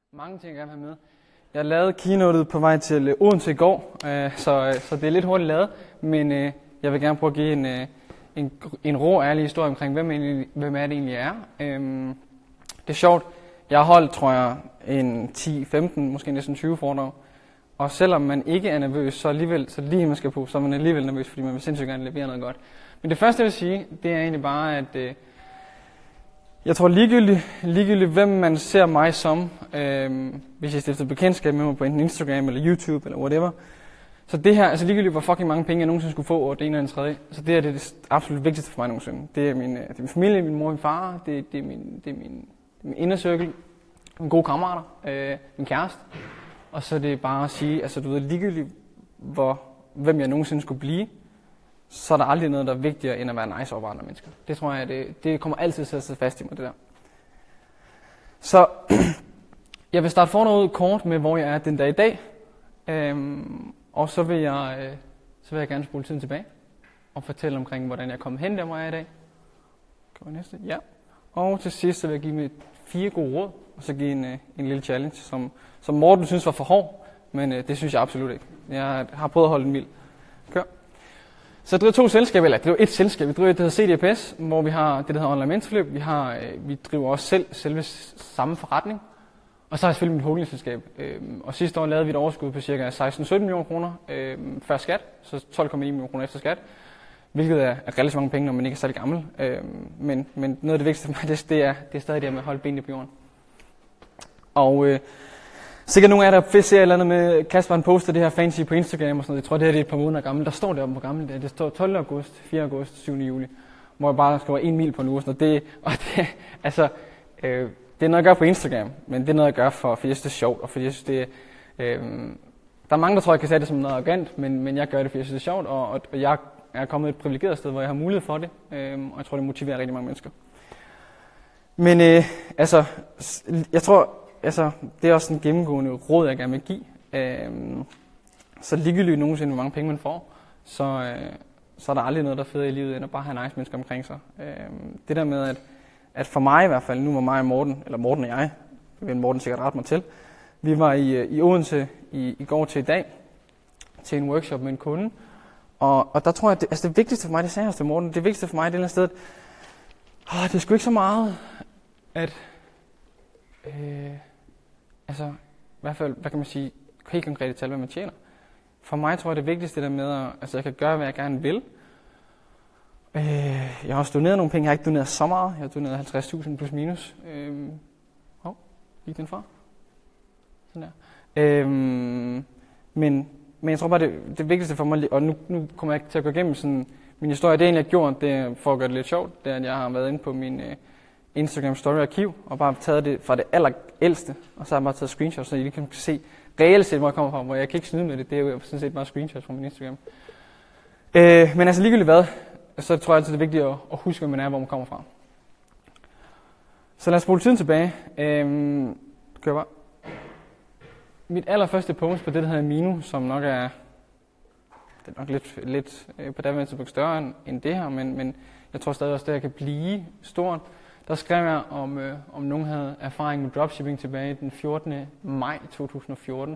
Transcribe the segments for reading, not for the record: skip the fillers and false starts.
Mange ting, jeg gerne vil have med. Jeg lavede keynotet på vej til Odense i går, så det er lidt hurtigt lavet, men jeg vil gerne prøve at give en rå, ærlig historie omkring, hvem er det egentlig er. Det er sjovt. Jeg har holdt, tror jeg, en 10-15, måske næsten 20 foredrag. Og selvom man ikke er nervøs, så alligevel, så lige man skal på, så er man alligevel nervøs, fordi man vil sindssygt gerne levere noget godt. Men det første, jeg vil sige, det er egentlig bare, at jeg tror ligegyldigt hvem man ser mig som, hvis jeg stifter bekendtskab med mig på enten Instagram eller YouTube eller whatever. Så det her, altså ligegyldigt hvor fucking mange penge jeg nogensinde skulle få over det ene eller den tredje, så det er det absolut vigtigste for mig nogensinde. Det er min familie, min mor og min far, det er min inner circle, mine gode kammerater, min kæreste. Og så er det bare at sige, altså du ved, ligegyldigt hvem jeg nogensinde skulle blive, så er der aldrig noget, der er vigtigere end at være nice over andre mennesker. Det tror jeg, det kommer altid til at sidde fast i mig, det der. Så jeg vil starte forud ud kort med, hvor jeg er den dag i dag. Og så vil jeg gerne spole tiden tilbage og fortælle omkring, hvordan jeg er kommet hen der, hvor jeg er i dag. Går næste? Ja. Og til sidst så vil jeg give mig 4 gode råd, og så give en lille challenge, som Morten synes var for hård, men det synes jeg absolut ikke. Jeg har prøvet at holde den mild. Kør. Så jeg driver 2 selskaber, eller det driver 1 selskab. Vi driver det, der hedder CDPS, hvor vi har det, der hedder online mentorforløb. Vi driver også selve samme forretning. Og så har jeg selvfølgelig mit holdingselskab. Og sidste år lavede vi et overskud på ca. 16-17 millioner kroner før skat, så 12,9 millioner kroner efter skat. Hvilket er relativt mange penge, når man ikke er særlig gammel. Men noget af det vigtigste for mig, det er stadig det med at holde benene på jorden. Og sikkert nogle af jer, der ser et eller andet med Kasper, han poster det her fancy på Instagram og sådan noget. Jeg tror, det her det er et par måneder gammelt. Der står deroppe på gammel. Det står 12. august, 4. august, 7. juli. Hvor jeg bare skriver 1 mil på en uge. Det er noget, jeg gør på Instagram, men det er noget, jeg gør, fordi jeg synes, det er sjovt. Og fordi jeg synes, det der er mange, der tror, jeg kan sige det som noget arrogant, men jeg gør det, fordi jeg synes, det er sjovt. Og jeg er kommet et privilegeret sted, hvor jeg har mulighed for det. Og jeg tror, det motiverer rigtig mange mennesker. Men jeg tror, det er også en gennemgående råd, jeg gerne vil give. Så ligegyldigt nogensinde, hvor mange penge man får, så er der aldrig noget, der er federe i livet, end at bare have nice mennesker omkring sig. Det der med, at for mig i hvert fald, nu var mig og Morten, eller Morten og jeg, vil Morten sikkert rette mig til, vi var i Odense i går til i dag, til en workshop med en kunde, og der tror jeg, at det vigtigste for mig, det sagde jeg til Morten, det vigtigste for mig, det er et eller andet sted, det er sgu ikke så meget, at i hvert fald, hvad kan man sige, helt konkrete tal, hvad man tjener. For mig tror jeg, det vigtigste der med, at jeg kan gøre, hvad jeg gerne vil. Jeg har også doneret nogle penge. Jeg har ikke doneret så meget. Jeg har doneret 50.000 plus minus. Gik den fra? Sådan der. Men jeg tror bare, det vigtigste for mig, og nu kommer jeg til at gå igennem sådan min historie. Det jeg har gjort, det er for at gøre det lidt sjovt, det er, at jeg har været inde på min Instagram story arkiv og bare taget det fra det allerældste, og så har jeg bare taget screenshots, så I kan se reelt set, hvor jeg kommer fra, hvor jeg kan ikke snyde med det. Det er jo sådan set bare screenshots fra min Instagram. Men altså ligegyldigt hvad, så tror jeg altid, det er vigtigt at huske, hvem man er, hvor man kommer fra. Så lad os spole tiden tilbage. Kør bare. Mit allerførste post på det, der hedder Minu, som nok er nok lidt på daværende tidspunkt større end det her, men jeg tror stadig også, det her kan blive stort. Der skrev jeg, om nogen havde erfaring med dropshipping tilbage den 14. maj 2014.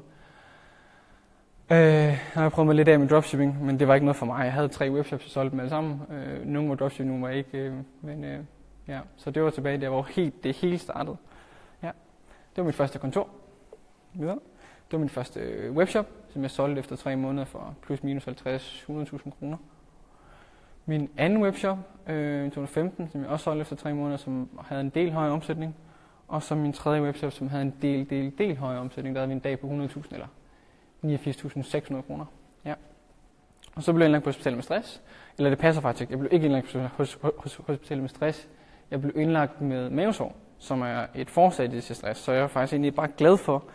Jeg har prøvet mig lidt af med dropshipping, men det var ikke noget for mig. Jeg havde 3 webshops, jeg solgte dem alle sammen. Nogle var dropshipping, nogle var ikke. Så det var tilbage der, hvor det hele startede. Ja. Det var mit første kontor. Videre. Det var min første webshop, som jeg solgte efter 3 måneder for plus minus 50-100.000 kroner. Min anden webshop i 2015, som jeg også solgte efter 3 måneder, som havde en del høj omsætning. Og så min tredje webshop, som havde en del høj omsætning. Der havde vi en dag på 100.000 eller 89.600 kroner. Ja. Og så blev jeg indlagt på hospitalet med stress. Eller det passer faktisk. Jeg blev ikke indlagt på hospitalet med stress. Jeg blev indlagt med mavesår, som er et forsæt til stress. Så jeg var faktisk egentlig bare glad for.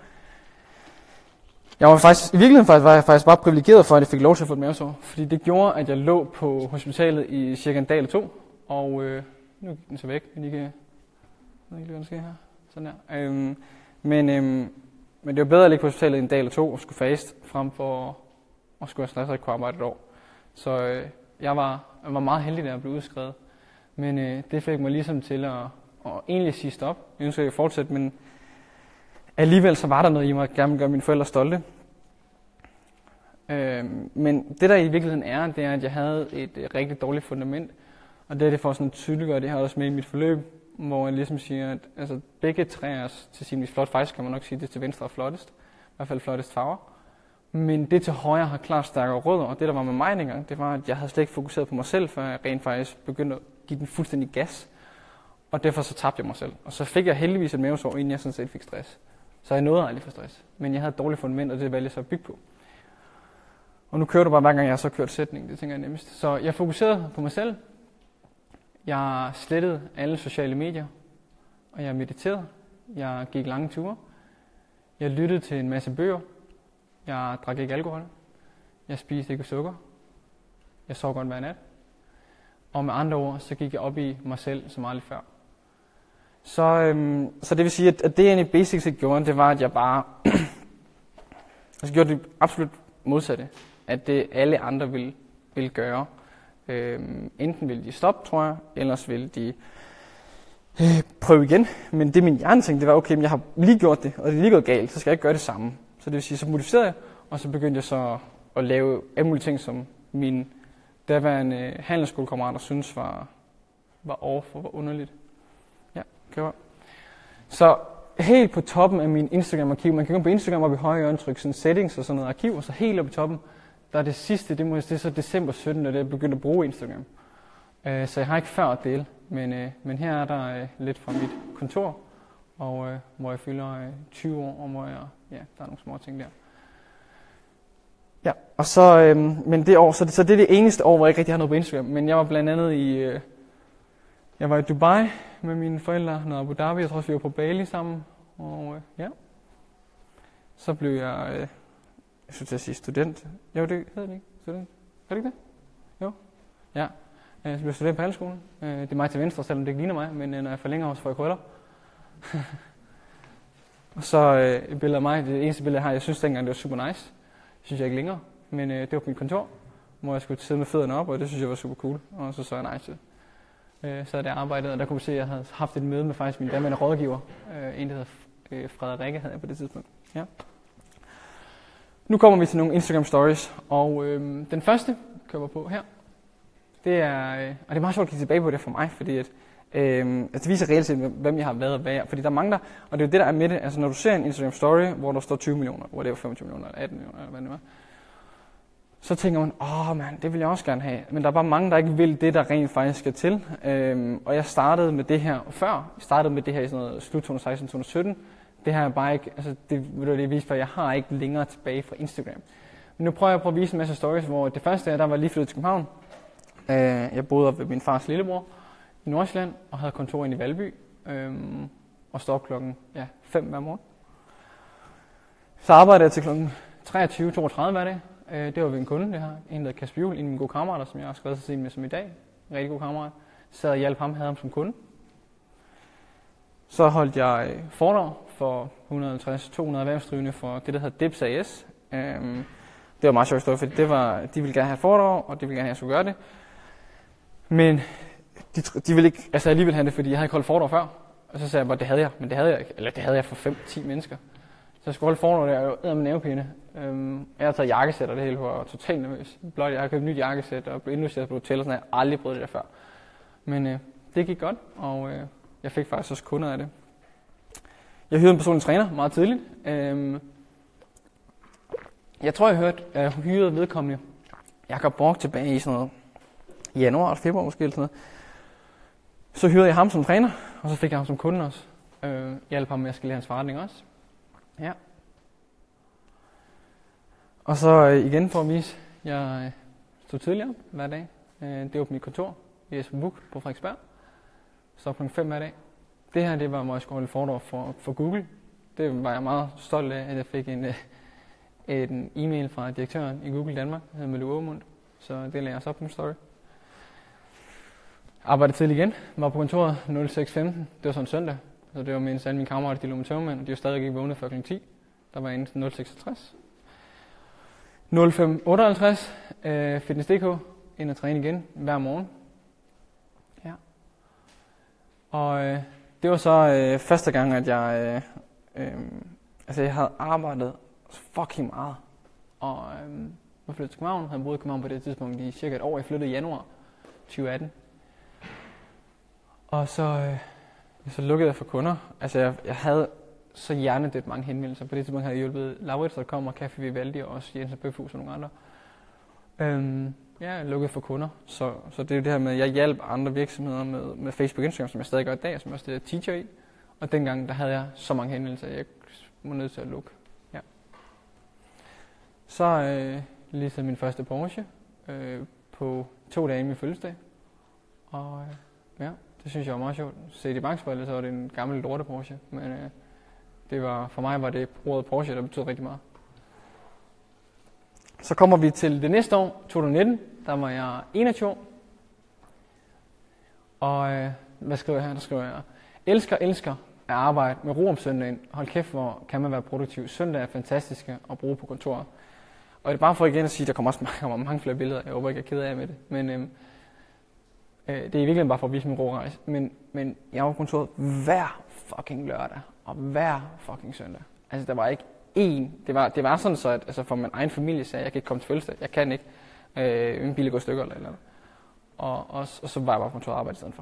I virkeligheden var jeg faktisk bare privilegeret for, at jeg fik lov til at få et mavesår. Fordi det gjorde, at jeg lå på hospitalet i cirka en dag eller 2. Og nu gik den så væk, men I kan... Jeg ved ikke, hvad der sker her. Sådan der. Men det var bedre at ligge på hospitalet en dag eller 2 og skulle faste, frem for at skulle have stress og ikke kunne arbejde et år. Så jeg var meget heldig, da jeg blev udskrevet. Men det fik mig ligesom til at egentlig sige stop. Jeg ønsker ikke at fortsætte, men alligevel så var der noget i mig, at gerne ville gøre mine forældre stolte. Men det der i virkeligheden det er, at jeg havde et rigtig dårligt fundament. Og det for sådan at tydeliggøre, det har også med i mit forløb, hvor jeg ligesom siger, at altså, begge træer til sin flot, faktisk kan man nok sige, det til venstre er flottest. I hvert fald flottest farver. Men det til højre har klart stærkere rødder, og det der var med mig dengang, det var, at jeg havde slet ikke fokuseret på mig selv, før jeg rent faktisk begyndte at give den fuldstændig gas. Og derfor så tabte jeg mig selv. Og så fik jeg heldigvis et mavesår, inden jeg sådan set fik stress. Så jeg nåede aldrig for stress. Men jeg havde et dårligt fundament, og det valgte jeg så at bygge på. Og nu kører du bare hver gang jeg har så kørt sætning, det tænker jeg nemmest. Så jeg fokuserede på mig selv. Jeg slettede alle sociale medier, og jeg mediterede. Jeg gik lange ture. Jeg lyttede til en masse bøger. Jeg drak ikke alkohol. Jeg spiste ikke sukker. Jeg sov godt hver nat. Og med andre ord, så gik jeg op i mig selv som aldrig før. Så det vil sige, at det jeg egentlig basics ikke gjorde, det var, at jeg bare gjorde det absolut modsatte. At det alle andre ville gøre. Enten ville de stoppe, tror jeg, ellers ville de prøve igen. Men det min hjerne tænkte, det var, okay, men jeg har lige gjort det, og det er lige gået galt, så skal jeg ikke gøre det samme. Så det vil sige, så modificerede jeg, og så begyndte jeg så at lave alle mulige ting, som mine daværende handelsskolekammerater synes var off og var underligt. Ja, okay. Så helt på toppen af min Instagram-arkiv, man kan gå på Instagram op i højre hjørne, trykke sådan settings og sådan noget arkiv, og så helt oppe i toppen, der er det sidste, det er så december 17, da jeg begyndte at bruge Instagram. Så jeg har ikke før at dele, men her er der lidt fra mit kontor, og hvor jeg fylder 20 år, og hvor der er nogle små ting der. Ja, og så, men det år, så det er det eneste år, hvor jeg ikke rigtig har noget på Instagram, men jeg var blandt andet jeg var i Dubai med mine forældre, noget Abu Dhabi, jeg tror også vi var på Bali sammen, og så blev jeg synes jeg sige student. Jo, det hedder det ikke. Student. Er det ikke det? Jo. Ja. Så blev jeg student på handelsskolen. Det er mig til venstre, selvom det ikke ligner mig, men når jeg forlænger også, får jeg krøller. Og så et billede af mig. Det eneste billede, jeg har, jeg synes dengang, det var super nice. Det synes jeg ikke længere. Men det var på mit kontor, hvor jeg skulle sidde med fødderne op, og det synes jeg var super cool. Og så jeg nej til. Så havde jeg arbejdet, og der kunne vi se, at jeg havde haft et møde med faktisk min daværende rådgiver. En, der hedder Frederikke, havde jeg på det tidspunkt. Ja. Nu kommer vi til nogle Instagram stories, og den første kører på her. Det er, og det er meget sjovt at kigge tilbage på det for mig, fordi at, det viser reelt set, hvem jeg har været og hvad jeg, fordi der er mange der, og det er jo det, der er med det, altså når du ser en Instagram story, hvor der står 20 millioner, hvor det er 25 millioner, eller 18 millioner, eller hvad det var, så tænker man, det vil jeg også gerne have, men der er bare mange, der ikke vil det, der rent faktisk skal til, og jeg startede med det her før, jeg startede med det her i sådan noget slut 2016-2017, det her er bare ikke, altså det viser, for jeg har ikke længere tilbage fra Instagram. Men nu prøver jeg at vise en masse stories, hvor det første der var lige flyttet til København. Jeg boede op ved min fars lillebror i Nordsjælland og havde kontor inde i Valby og stod op klokken 5 hver morgen. Så arbejdede jeg til klokken 23-32 hver dag. Det var ved en kunde, det her. En, der hedder Kasper Juhl, en af mine gode kammerater, som jeg har skrevet sig med som i dag. En rigtig god kammerat. Sad og hjalp ham, havde ham som kunde. Så holdt jeg foredrag for 150-200 erhvervsdrivende for det, der hedder DIPS AS. Det var meget sjovt historie, for de ville gerne have foredrag, og de ville gerne have, at jeg skulle gøre det. Men de ville ikke, altså alligevel have det, fordi jeg havde ikke holdt foredrag før. Og så sagde jeg bare, det havde jeg, men det havde jeg ikke. Eller det havde jeg for 5-10 mennesker. Så jeg skulle holde foredrag der, og jeg med nervepine. Jeg har taget jakkesæt, og det hele var totalt nervøs. Blot jeg har købt et nyt jakkesæt, og blev indlogeret på hotel, og sådan, jeg har aldrig prøvet det der før. Men det gik godt, og jeg fik faktisk også kunder af det. Jeg hyrede en personlig træner meget tidligt. Jeg tror, jeg hyrede vedkommende Jakob Borg tilbage i sådan noget januar eller februar måske eller sådan noget. Så hyrede jeg ham som træner, og så fik jeg ham som kunde også. Hjalp ham med at skille hans forretning også. Ja. Og så igen for at vise, jeg stod tidligere hver dag. Det var på mit kontor i Esbjerg på Frederiksberg. Så kl. 5 hver dag. Det her, det var, hvor jeg skulle holde foredrag for Google. Det var jeg meget stolt af, at jeg fik en e-mail fra direktøren i Google Danmark, der hedder Mette Aamund. Så det lagde jeg også op på min story. Arbejdede tidligt igen. Var på kontoret 06.15. Det var sådan en søndag. Så det var mens alle mine kammerater, de lå med tømmermænd, og de var stadig ikke vågnet før kl. 10. Der var inde til 06.60. 05.58. Fitness.dk. Ind og træne igen hver morgen. Ja. Og det var så første gang, at jeg Altså, jeg havde arbejdet fucking meget. Og jeg flyttede til København. Jeg havde boet i København på det tidspunkt i cirka et år. Jeg flyttede i januar 2018. Og så lukkede jeg for kunder. Altså, jeg havde så hjernedødt mange henvendelser. På det tidspunkt havde jeg hjulpet Laurits.com og Café Vivaldi og også Jens Bøfhus og nogle andre. Jeg lukkede for kunder. Så det er jo det her med, at jeg hjalp andre virksomheder med Facebook og Instagram, som jeg stadig gør i dag, og som jeg også er teacher i. Og dengang, der havde jeg så mange henvendelser, at jeg var nødt til at lukke. Ja. Så leasede min første Porsche på 2 dage inden min fødselsdag. Og det synes jeg var meget sjovt. Set i bagspejlet, så var det en gammel lorte Porsche, men for mig var det ordet Porsche, der betød rigtig meget. Så kommer vi til det næste år, 2019. Der var jeg 21 år. Og hvad skriver jeg her? Der skriver jeg: elsker at arbejde med ro om søndagen. Hold kæft, hvor kan man være produktiv. Søndag er fantastiske at bruge på kontoret. Og det er bare for igen at sige, at der kommer mange flere billeder. Jeg håber ikke, jeg er ked af med det. Men det er i virkeligheden bare for at vise min ro-rejse. Men jeg var på kontoret hver fucking lørdag og hver fucking søndag. Altså, der var ikke én. Det var sådan så, at altså, for min egen familie sagde, at jeg kan ikke komme til fødselsdag. Jeg kan ikke. Min bil går i stykker eller noget. Og så var jeg bare på kontoret og arbejde i stedet for.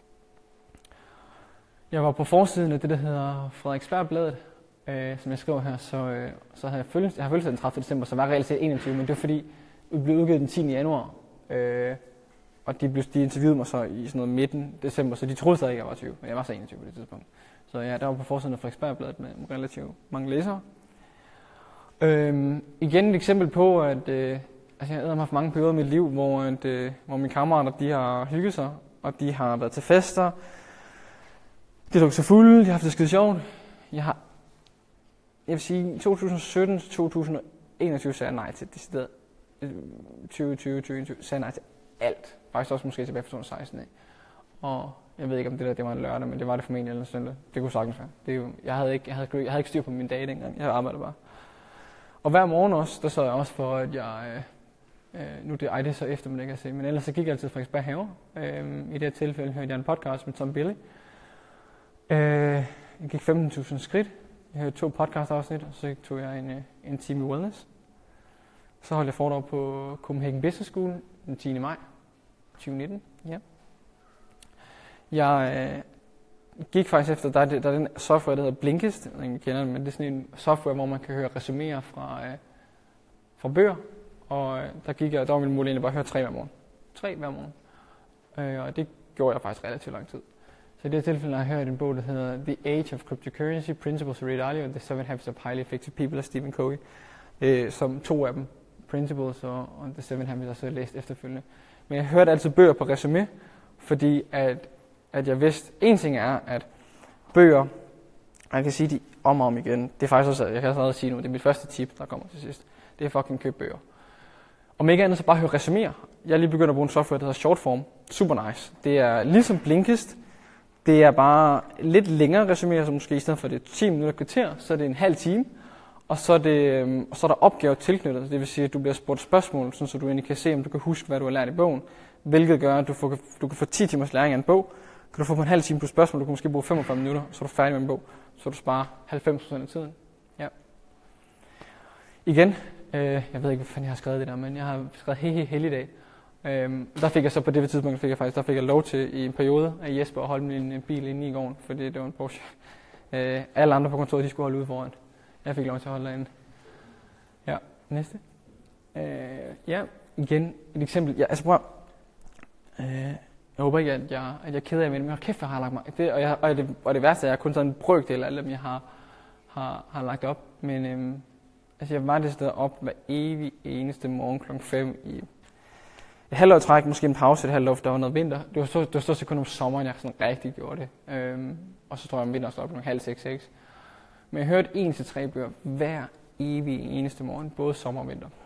Jeg var på forsiden af det, der hedder Frederiksberg-bladet, som jeg skriver her. Så havde jeg fødselsdag den 30. december, så var reelt set 21, men det var fordi, vi blev udgivet den 10. januar. Og de interviewede mig så i sådan noget midten december, så de troede stadig, at jeg var 20, men jeg var så 21 på det tidspunkt. Så ja, der var på forsiden af Frederiksberg-bladet med relativt mange læsere. Igen et eksempel på, at jeg har haft mange perioder i mit liv, hvor mine kammerater de har hygget sig, og de har været til fester. De har drukket sig fulde, de har haft det skide sjovt. Jeg vil sige, 2017 til 2021 sagde jeg nej til det sted. 2020 sagde jeg nej til alt. Faktisk også måske tilbage fra 2016 af. Og jeg ved ikke, om det var en lørdag, men det var det formentlig eller en søndag. Det kunne sagtens være. Jeg havde ikke styr på mine dage dengang. Jeg arbejdede bare. Og hver morgen også, der sørgede jeg også for, at jeg... det er så eftermiddag, kan jeg se. Men ellers så gik jeg altid Frederiksberg Have. I det her tilfælde hørte jeg en podcast med Tom Billy. Jeg gik 15.000 skridt. Jeg hørte 2 podcast-afsnit, og så tog jeg en time i wellness. Så holdt jeg foredrag på Copenhagen Business School den 10. maj 2019. Ja. Jeg gik faktisk efter, der er den software, der hedder Blinkist. Jeg kender den, men det er sådan en software, hvor man kan høre resuméer fra bøger. Og der var min mål egentlig bare at høre 3 hver morgen. 3 hver morgen. Og det gjorde jeg faktisk relativt lang tid. Så i det her tilfælde har jeg hørt en bog, der hedder The Age of Cryptocurrency, Principles of Ray Dalio, and The 7 Habits of Highly Effective People af Stephen Covey. Som 2 af dem, Principles og The 7 Habits, og så læst efterfølgende. Men jeg hørte altid bøger på resumé, fordi at jeg vidste, en ting er, at bøger, jeg kan sige de om og om igen, det er faktisk også, jeg kan også sige nu, det er mit første tip, der kommer til sidst. Det er fucking køb bøger. Om ikke andet, så bare hør resuméer. Jeg er lige begyndt at bruge en software, der hedder Shortform. Super nice. Det er ligesom Blinkist. Det er bare lidt længere resuméer, så måske i stedet for det 10 minutter kvarter, så er det en halv time. Og så er der opgaver tilknyttet. Det vil sige, at du bliver spurgt spørgsmål, så du egentlig kan se, om du kan huske, hvad du har lært i bogen. Hvilket gør, at du kan få 10 timers læring af en bog. Kan du få på en halv time plus spørgsmål, du kan måske bruge 45 minutter, så er du færdig med en bog. Så du sparer 90% af tiden. Ja. Igen, jeg ved ikke, hvad fanden jeg har skrevet det der, men jeg har skrevet helligdag. Der fik jeg så på det tidspunkt, der fik jeg lov til i en periode af Jesper at holde min bil inde i gården, fordi det var en Porsche. Alle andre på kontoret, de skulle holde ude foran. Jeg fik lov til at holde derinde. Ja, næste. Igen et eksempel. Ja, altså prøv jeg håber ikke, at jeg er ked af med det, men hold kæft, jeg har lagt mig. Det værste er, at jeg kun taget en brøkdel af alle dem, jeg har lagt op. Men jeg var det sted op hver evig eneste morgen kl. 5 i et halvt år træk, måske en pause et halvt år, for der var noget vinter. Det var stort set kun om sommeren, jeg sådan rigtig gjorde det. Og så tror jeg, om vinteren stod op kl. 5:30. Men jeg hørte 1-3 bøger hver evig eneste morgen, både sommer og vinter.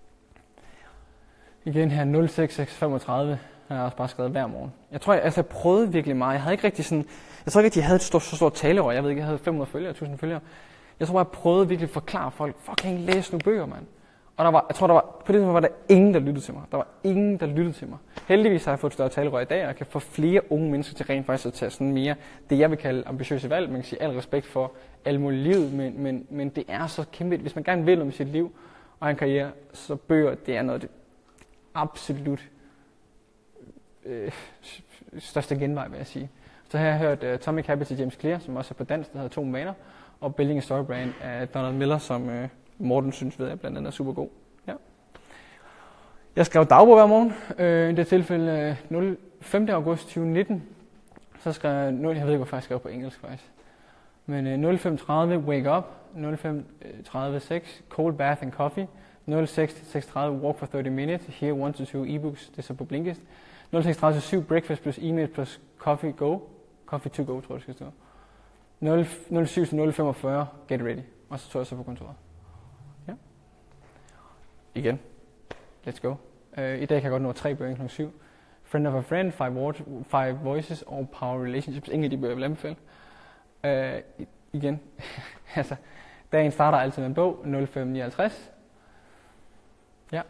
Igen her 06:35 har jeg også bare skrevet hver morgen. Jeg tror, jeg prøvede virkelig meget. Jeg tror ikke rigtig, jeg havde så stort talerør. Jeg ved ikke, jeg havde 500 følgere, 1000 følgere. Jeg tror, jeg prøvede virkelig at forklare folk, fucking læs nu bøger, mand. Og jeg tror, på det tidspunkt var der ingen, der lyttede til mig. Der var ingen, der lyttede til mig. Heldigvis har jeg fået et større talerør i dag, og jeg kan få flere unge mennesker til rent faktisk at tage sådan mere, det jeg vil kalde ambitiøse valg. Man kan sige al respekt for alt muligt livet, men det er så kæmpe. Hvis man gerne vil noget med sit liv og en karriere, så bøger, det er noget af det absolut største genvej, vil jeg sige. Så har jeg hørt Atomic Habits af James Clear, som også er på dansk, der hedder Atom Vaner, og Building a Story Brand af Donald Miller, som Morten synes, ved jeg blandt andet er super god. Ja. Jeg skrev dagbog hver morgen. I det tilfælde 5. august 2019. Så skrev jeg, jeg ved ikke, hvorfor jeg skrev på engelsk faktisk. Men 05:30 wake up, 05:30 sex, cold bath and coffee, 06:30 walk for 30 minutes, here 1 to 2 ebooks, det er så på Blinkist. 06:30 breakfast plus e-mail plus coffee to go, tror jeg det skal stå. 07 til 0:45 get ready, og så tog jeg så på kontoret. Ja. Igen. Let's go. I dag kan jeg godt nå 3 bøger kl. 7. Friend of a Friend, 5 Voices og Power Relationships. Ingen af de bøger, jeg vil anbefale. Igen. Altså, dagen starter altid med en bog, 05:59. Ja.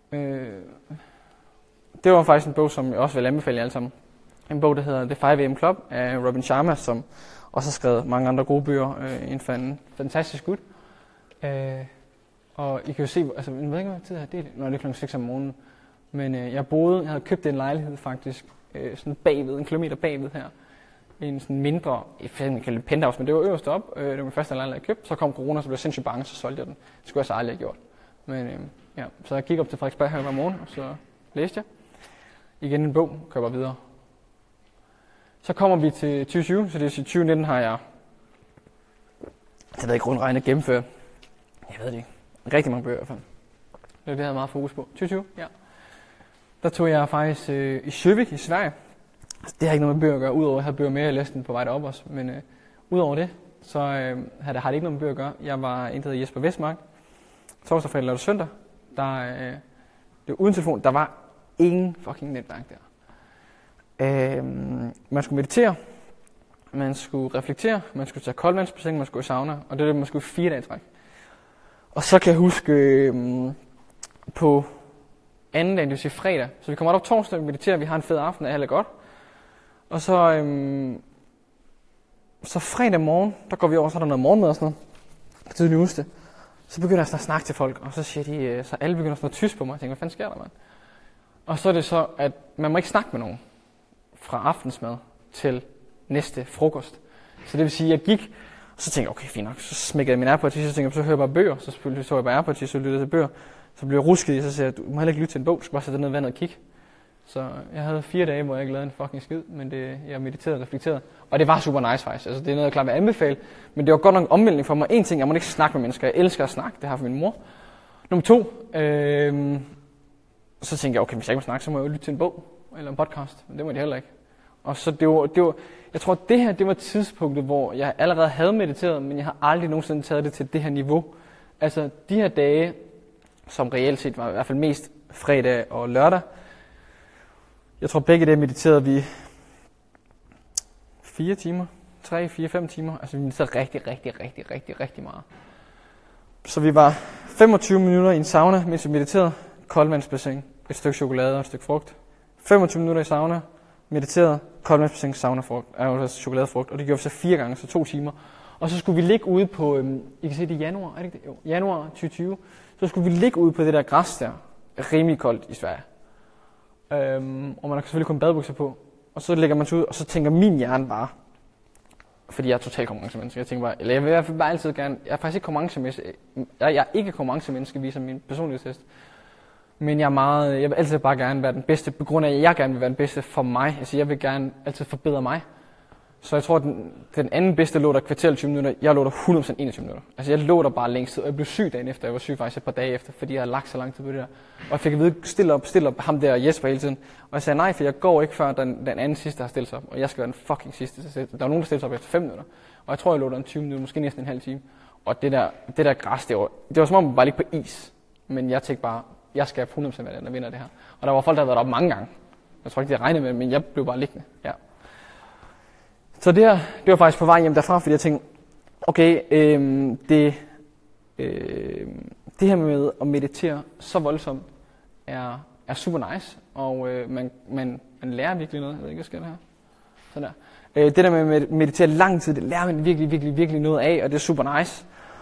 Det var faktisk en bog, som jeg også vil anbefale jer alle sammen. En bog, der hedder The 5 AM Club af Robin Sharma, som også har skrevet mange andre gode bøger. En fantastisk gut. Og I kan jo se, altså jeg ved ikke, hvad tid det er. Nå, det er kl. 6 om morgenen. Men jeg havde købt en lejlighed faktisk, sådan bagved, 1 kilometer bagved her. En sådan mindre, jeg kan kalde det penthouse, men det var øverst op. Det var min første lejlighed, jeg købte. Så kom corona, så blev jeg sindssygt bange, så solgte jeg den. Det skulle jeg så aldrig have gjort. Men ja, så jeg gik op til Frederiksberg her hver morgen, og så læste jeg. Igen en bog, kører bare videre. Så kommer vi til 2020, så det vil sige 2019 har jeg ved ikke rundregnet gennemført. Jeg ved det ikke. Rigtig mange bøger i hvert fald. Det havde jeg meget fokus på. 2020, ja. Der tog jeg faktisk i Sjøvik i Sverige. Det har ikke noget med bøger at gøre, udover at jeg havde bøger med, jeg læste den på vej derop også. Men udover det, så har det ikke noget med bøger at gøre. Jeg var en, der hedder Jesper Vestmark. Torsdag, fredag, lørdag, søndag. Det var uden telefon. Der var ingen fucking netværk der. Man skulle meditere. Man skulle reflektere. Man skulle tage koldvandsbassin. Man skulle i sauna. Og det man skulle 4 dage træk. Og så kan jeg huske på anden dag, det vil sige fredag. Så vi kommer op torsdag og mediterer. Vi har en fed aften, det er heller godt. Og så fredag morgen, der går vi over, så er der noget morgenmad og sådan noget. Tidlig uste. Så begynder jeg at snakke til folk, og så siger de, så alle begynder sådan noget tysk på mig. Jeg tænker, hvad fanden sker der, mand? Og så er det så, at man må ikke snakke med nogen fra aftensmad til næste frokost. Så det vil sige, at jeg gik, og så tænkte jeg, okay, fint nok. Så smækkede jeg min AirPods i, så tænkte jeg, så hører jeg bare bøger. Så så jeg bare AirPods i, så lyttede jeg til bøger. Så blev jeg rusket i, så siger jeg, du må heller ikke lytte til en bog, du skal bare sætte dig ned i vandet og kigge. Så jeg havde 4 dage, hvor jeg ikke lavede en fucking skid, men jeg mediterede og reflekterede. Og det var super nice faktisk. Altså, det er noget, jeg klart vil anbefale. Men det var godt nok en omvæltning for mig. En ting, jeg må ikke snakke med mennesker. Jeg elsker at snakke. Det har jeg for min mor. Nummer 2. Så tænkte jeg, okay, hvis jeg ikke må snakke, så må jeg jo lytte til en bog eller en podcast. Men det må jeg heller ikke. Og så det var, jeg tror, det her, det var tidspunktet, hvor jeg allerede havde mediteret, men jeg har aldrig nogensinde taget det til det her niveau. Altså, de her dage, som reelt set var i hvert fald mest fredag og lørdag. Jeg tror, begge dage mediterede vi 4 timer, 3, 4, 5 timer. Altså, vi mediterede rigtig meget. Så vi var 25 minutter i en sauna, mens vi mediterede. Koldvandsbassin, et stykke chokolade og et stykke frugt. 25 minutter i sauna, mediterede, koldvandsbassin, sauna, frugt, altså chokoladefrugt. Og det gjorde vi så 4 gange, så 2 timer. Og så skulle vi ligge ude på, I kan se det i januar, er det ikke det? Jo, januar 2020. Så skulle vi ligge ude på det der græs der, rimelig koldt i Sverige. Og man har selvfølgelig kun badebukser på. Og så lægger man sig ud, og så tænker min hjerne bare, fordi jeg er totalt konkurrencemenneske. Jeg tænker bare, eller jeg vil i hvert fald bare altid gerne, jeg er faktisk ikke konkurrencemenneske. Jeg er ikke konkurrencemenneske, viser min personlighedstest. Men jeg vil altid bare gerne være den bedste, på grund af, at jeg gerne vil være den bedste for mig. Altså jeg vil gerne altid forbedre mig. Så jeg tror, at den anden bedste lå der kvarter 20 minutter. Jeg lå der 100% 21 minutter. Altså jeg lå der bare længst tid, og jeg blev syg dagen efter. Jeg var syg faktisk et par dage efter, fordi jeg havde lagt så lang tid på det der. Og jeg fik at vide, stille op, ham der Jesper hele tiden. Og jeg sagde nej, for jeg går ikke før den anden sidste har stillet sig op. Og jeg skal være den fucking sidste. Der var nogen, der stillede sig op efter 5 minutter. Og jeg tror, jeg lå der en 20 minutter, måske næsten en halv time. Og det der græs, det var som om man bare ligge på is. Men jeg tænkte bare, jeg skal 100% være den, der vinder det her. Og der var folk, der havde været op mange gange. Jeg tror ikke, de regnede med det, men jeg blev bare liggende. Ja. Så det var faktisk på vej hjem derfra, fordi jeg tænkte, okay, det det her med at meditere så voldsomt er super nice, og man lærer virkelig noget. Jeg ved ikke, hvad sker der her? Sådan der. Det der med at meditere lang tid, det lærer man virkelig noget af, og det er super nice.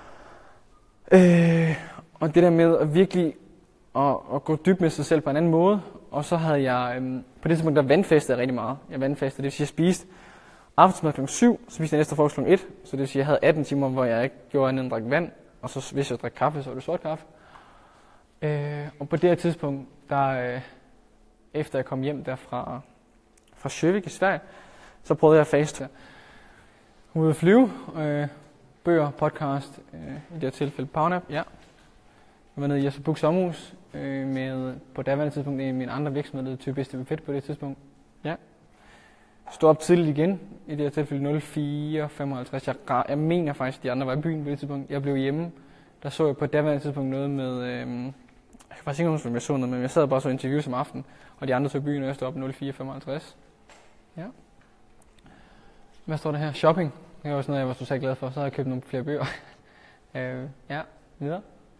Og det der med at virkelig at gå dybt med sig selv på en anden måde. Og så havde jeg, på det tidspunkt, der vandfastede rigtig meget. Jeg vandfastede, det vil sige, at jeg spiste aftensmad kl. 7, så spiste jeg næste frokost kl. 1. Så det vil sige, at jeg havde 18 timer, hvor jeg ikke gjorde andet end at drikke vand. Og så hvis jeg drak kaffe, så var det sort kaffe. Og på det her tidspunkt, der efter jeg kom hjem der fra Sjøvik i Sverige, så prøvede jeg at faste. Ude at flyve, bøger, podcast, i det her tilfælde PowerNap, ja. Jeg var nede i Jesper Buchs sommerhus med på daværende tidspunkt i min andre virksomhed, det typisk det fedt på det tidspunkt. Ja. Stod op tidligt igen, i det her tilfælde 04:55. Jeg mener faktisk, at de andre var i byen på det tidspunkt. Jeg blev hjemme. Der så jeg på daværende tidspunkt noget med, jeg kan faktisk ikke huske, om jeg så noget, men jeg sad bare så interviews om aftenen, og de andre så i byen, og jeg stod op 04:55. Ja. Hvad står der her? Shopping. Det var også noget, jeg var totalt glad for. Så havde jeg købt nogle flere bøger. Ja, videre.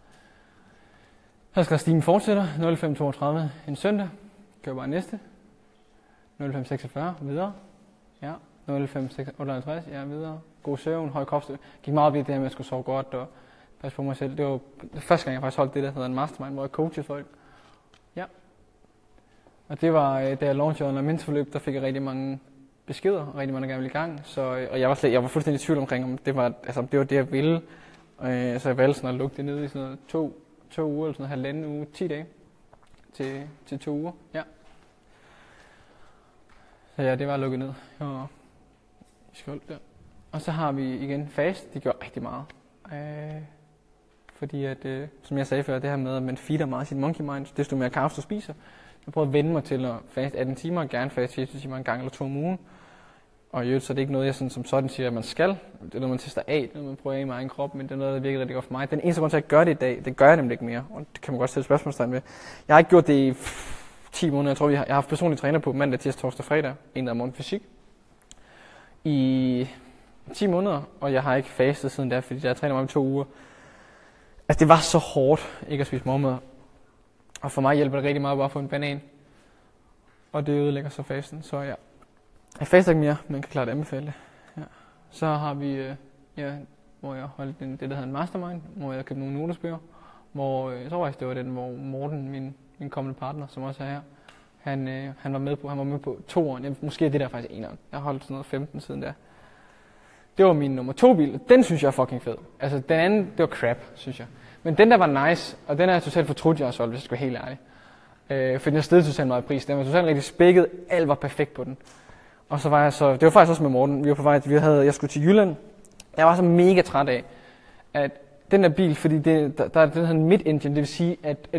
Så skal stigen fortsætter. 05:32 en søndag. Køber bare næste. 05:46 videre. Ja. 05:58 ja, videre. God søvn, høj kropsstyrke. Gik meget op i det her med, at jeg skulle sove godt og passe på mig selv. Det var første gang, jeg faktisk holdt det, der hedder en mastermind, hvor jeg coachede folk. Ja. Og det var, da jeg launchede under mindsteforløb, der fik jeg rigtig mange beskeder, rigtig mange, der gerne ville i gang. Så, og jeg var fuldstændig i tvivl omkring, om det var det, jeg ville. Så jeg valgte sådan at lukke det ned i sådan noget, to uger, eller sådan noget, halvanden uge, 10 dage til 2 uger. Ja. Så ja, det var lukket ned. Og skål der. Og så har vi igen fast. Det gør rigtig meget. Fordi at, som jeg sagde før, det her med, at man feeder meget sit monkey mind, desto mere kaffe du spiser. Jeg prøver at vende mig til at faste 18 timer, gerne faste 24 timer en gang eller 2 om ugen. Og i øvrigt, så er det ikke noget, jeg som sådan siger, at man skal. Det er noget, man tester af, det er noget, man prøver af i min egen krop, men det er noget, der virker rigtig godt for mig. Den eneste grund til, at jeg gør det i dag, det gør jeg nemlig ikke mere. Og det kan man godt stille spørgsmålstegn ved. Jeg har ikke gjort det i 10 måneder. Jeg tror, jeg har haft personlig træner på mandag, tirsdag, torsdag, fredag, en af morgen fysik. I 10 måneder, og jeg har ikke fastet siden da, fordi jeg træner mig i 2 uger. Altså, det var så hårdt ikke at spise morgenmad. Og for mig hjælper det rigtig meget bare at få en banan. Og det ødelægger så fasten, så ja. Jeg faster ikke mere, men kan klart anbefale det. Ja. Så har vi, hvor jeg holdt det, der hedder en mastermind, hvor jeg købte nogle notesbøger. Hvor, jeg tror faktisk, det var den, hvor Morten, min kommende partner, som også er her, han var med på 2 år. Måske er det der faktisk 1 år. Jeg har holdt sådan noget 15 siden der. Det var min nummer 2 bil, den synes jeg er fucking fed. Altså den anden, det var crap, synes jeg. Men den der var nice, og den er jeg totalt fortrudt, jeg har solgt, hvis jeg skal være helt ærlig. For den er stedet totalt meget pris. Den var totalt rigtig spækket, alt var perfekt på den. Og så var jeg så, det var faktisk også med Morten, vi var på vej, jeg skulle til Jylland. Jeg var så mega træt af, at den der bil, fordi der er den her mid-engine, det vil sige, at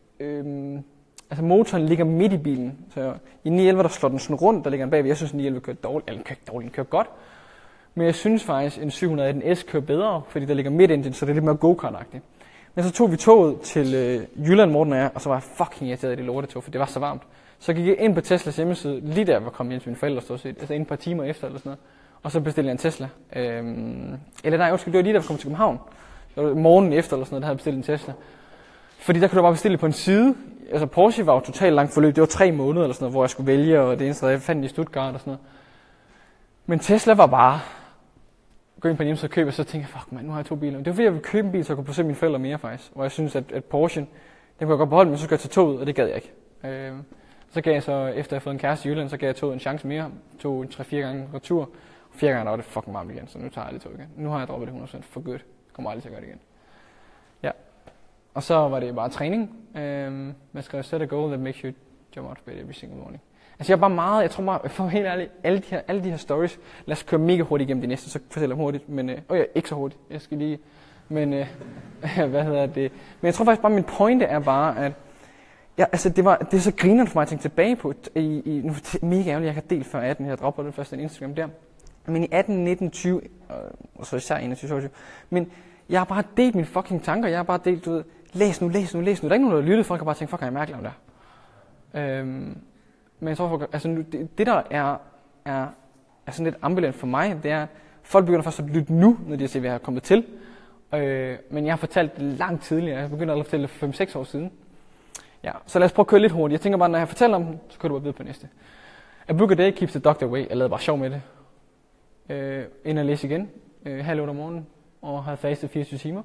motoren ligger midt i bilen. Så i 911, der slår den sådan rundt, der ligger den bagved. Jeg synes, at 911 kører dårligt, eller den kører godt. Men jeg synes faktisk, at en 718S kører bedre, fordi der ligger mid-engine, så det er lidt mere go-kart-agtigt. Men så tog vi toget til Jylland, Morten og jeg, og så var jeg fucking irriteret i det lortetog, for det var så varmt. Så gik jeg ind på Teslas hjemmeside, lige der var kommet hjem til mine forældre, stod set, altså et par timer efter eller sådan noget. Og så bestilte jeg en Tesla. Det var lige der kom til København. Det var morgenen efter eller sådan noget, der havde bestilt en Tesla. Fordi der kunne du bare bestille på en side. Altså Porsche var jo totalt langt forløb. Det var 3 måneder eller sådan noget, hvor jeg skulle vælge, og det eneste, jeg fandt i Stuttgart og sådan noget. Men Tesla var bare gå ind på en hjemmeside og købe, og så tænkte jeg, fuck man, nu har jeg 2 biler. Det var fordi, jeg ville købe en bil, så jeg kunne besøge mine forældre mere faktisk. Hvor jeg synes, at Porsche, den kunne jeg godt beholde, men så skulle jeg tage toget, og det gad jeg ikke. Så gav jeg så, efter jeg havde fået en kæreste i Jylland, så gav jeg toget en chance mere. Tog 3-4 gange retur. 4 gange der var det fucking varmt igen, så nu tager jeg det tog igen. Nu har jeg droppet det 100% for godt. Jeg kommer aldrig til at gøre det igen. Ja. Og så var det bare træning. Man skal set a goal that makes you jump out of bed every single morning. Altså jeg er bare meget, jeg tror bare, for helt ærligt, alle de her stories, lad os køre mega hurtigt igennem de næste, så fortæller jeg hurtigt, men, ikke så hurtigt, jeg skal lige, men, hvad hedder det, men jeg tror faktisk bare, min pointe er bare, at, ja, altså det er så grinerende for mig at tænke tilbage på, nu er det mega ærgerligt, jeg kan dele før 18, jeg dropper den første en Instagram der, men i 18, 19, 20, og så især 21, 22, men jeg har bare delt mine fucking tanker, jeg har bare delt, du ved, læs nu, der er ikke nogen, der har lyttet, folk har bare tænkt, fuck, jeg er mærkelig om der. Men jeg tror, altså det der er sådan lidt ambivalent for mig, det er, at folk begynder først at lytte nu, når de ser, hvad jeg er kommet til. Men jeg har fortalt det langt tidligere. Jeg begyndte at fortælle det 5-6 år siden. Ja, så lad os prøve at køre lidt hurtigt. Jeg tænker bare, når jeg fortæller om den, så kan du bare videre på næste. A book a day keeps the doctor away. Jeg lavede bare sjov med det. Ind og læse igen. 7:30 om morgenen. Og havde fastet 24 timer.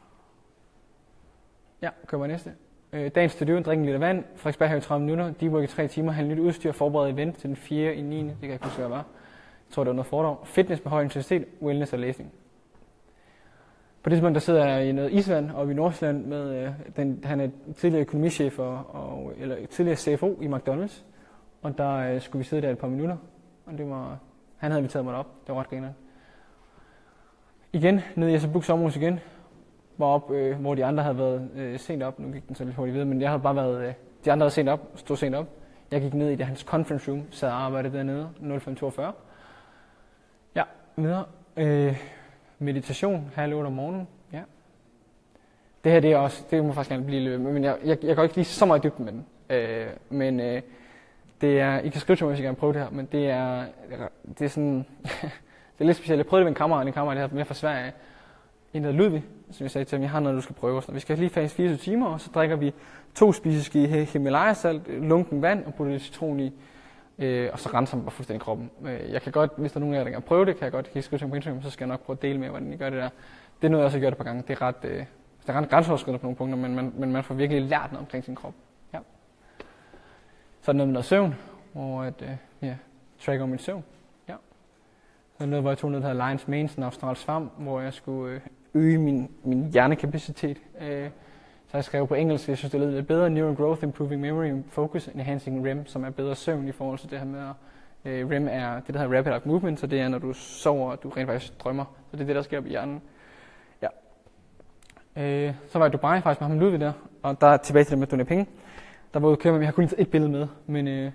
Ja, kører bare næste. Dagens to do, drikke en liter vand. Frederiksberg i 30 minutter. Deep i 3 timer. Have nyt udstyr. Forberede event til den 4. i 9. Det kan jeg ikke huske, hvad jeg var. Jeg tror, det var noget foredrag. Fitness med høj intensitet. Wellness og læsning. På det tidspunkt, der sidder jeg i noget isvand oppe i Nordsjælland med han er tidligere økonomichef eller tidligere CFO i McDonald's. Og der skulle vi sidde der et par minutter, og han havde inviteret mig op. Det var ret grineren. Igen, nede i Jesper sommerhus igen, var op, hvor de andre havde været sent op. Nu gik den så lidt hurtigt videre, men jeg havde bare været, de andre havde sent op, stod sent op. Jeg gik ned i hans conference room, sad og arbejdede dernede, 05:42. Ja, videre. Meditation, 7:30 om morgenen. Ja. Det her, det må faktisk gerne blive lidt, men jeg går ikke lige så meget i dybden med den. Det er, I kan skrive til mig, hvis I gerne prøve det her, men det er sådan, det er lidt specielt. Jeg prøvede det med en kammerat her mere fra Sverige, en der Ludvig, som jeg sagde til ham, jeg har noget, du skal prøve. Så vi skal lige fase 24 timer, og så drikker vi 2 spiseske Himalaya-salt, lunken vand og putter lidt citron i, og så renser man bare fuldstændig kroppen. Jeg kan godt, hvis der er nogen af jer, der kan prøve det, kan jeg godt skrive til mig på Instagram, så skal jeg nok prøve at dele med, hvordan I gør det der. Det er noget, jeg også har gjort et par gange. Det er ret grænseoverskridende på nogle punkter, men man får virkelig lært noget omkring sin krop. Ja. Så er det noget med noget søvn, hvor tracker min søvn. Ja. Så er det noget, hvor jeg tog ned til Lions Mains, en australsk svamp, hvor jeg skulle øge min hjernekapacitet. Så jeg skrev på engelsk, jeg synes det lød lidt bedre, Neural Growth, Improving Memory, Focus, Enhancing REM, som er bedre søvn i forhold til det her med, REM er det, der hedder Rapid Eye Movement, så det er, når du sover, og du rent faktisk drømmer. Så det er det, der sker op i hjernen. Ja. Så var jeg i Dubai faktisk med ham Ludvig der, og der er tilbage til det med at donere penge. Der var ude at køre med, jeg har kun taget et billede med, men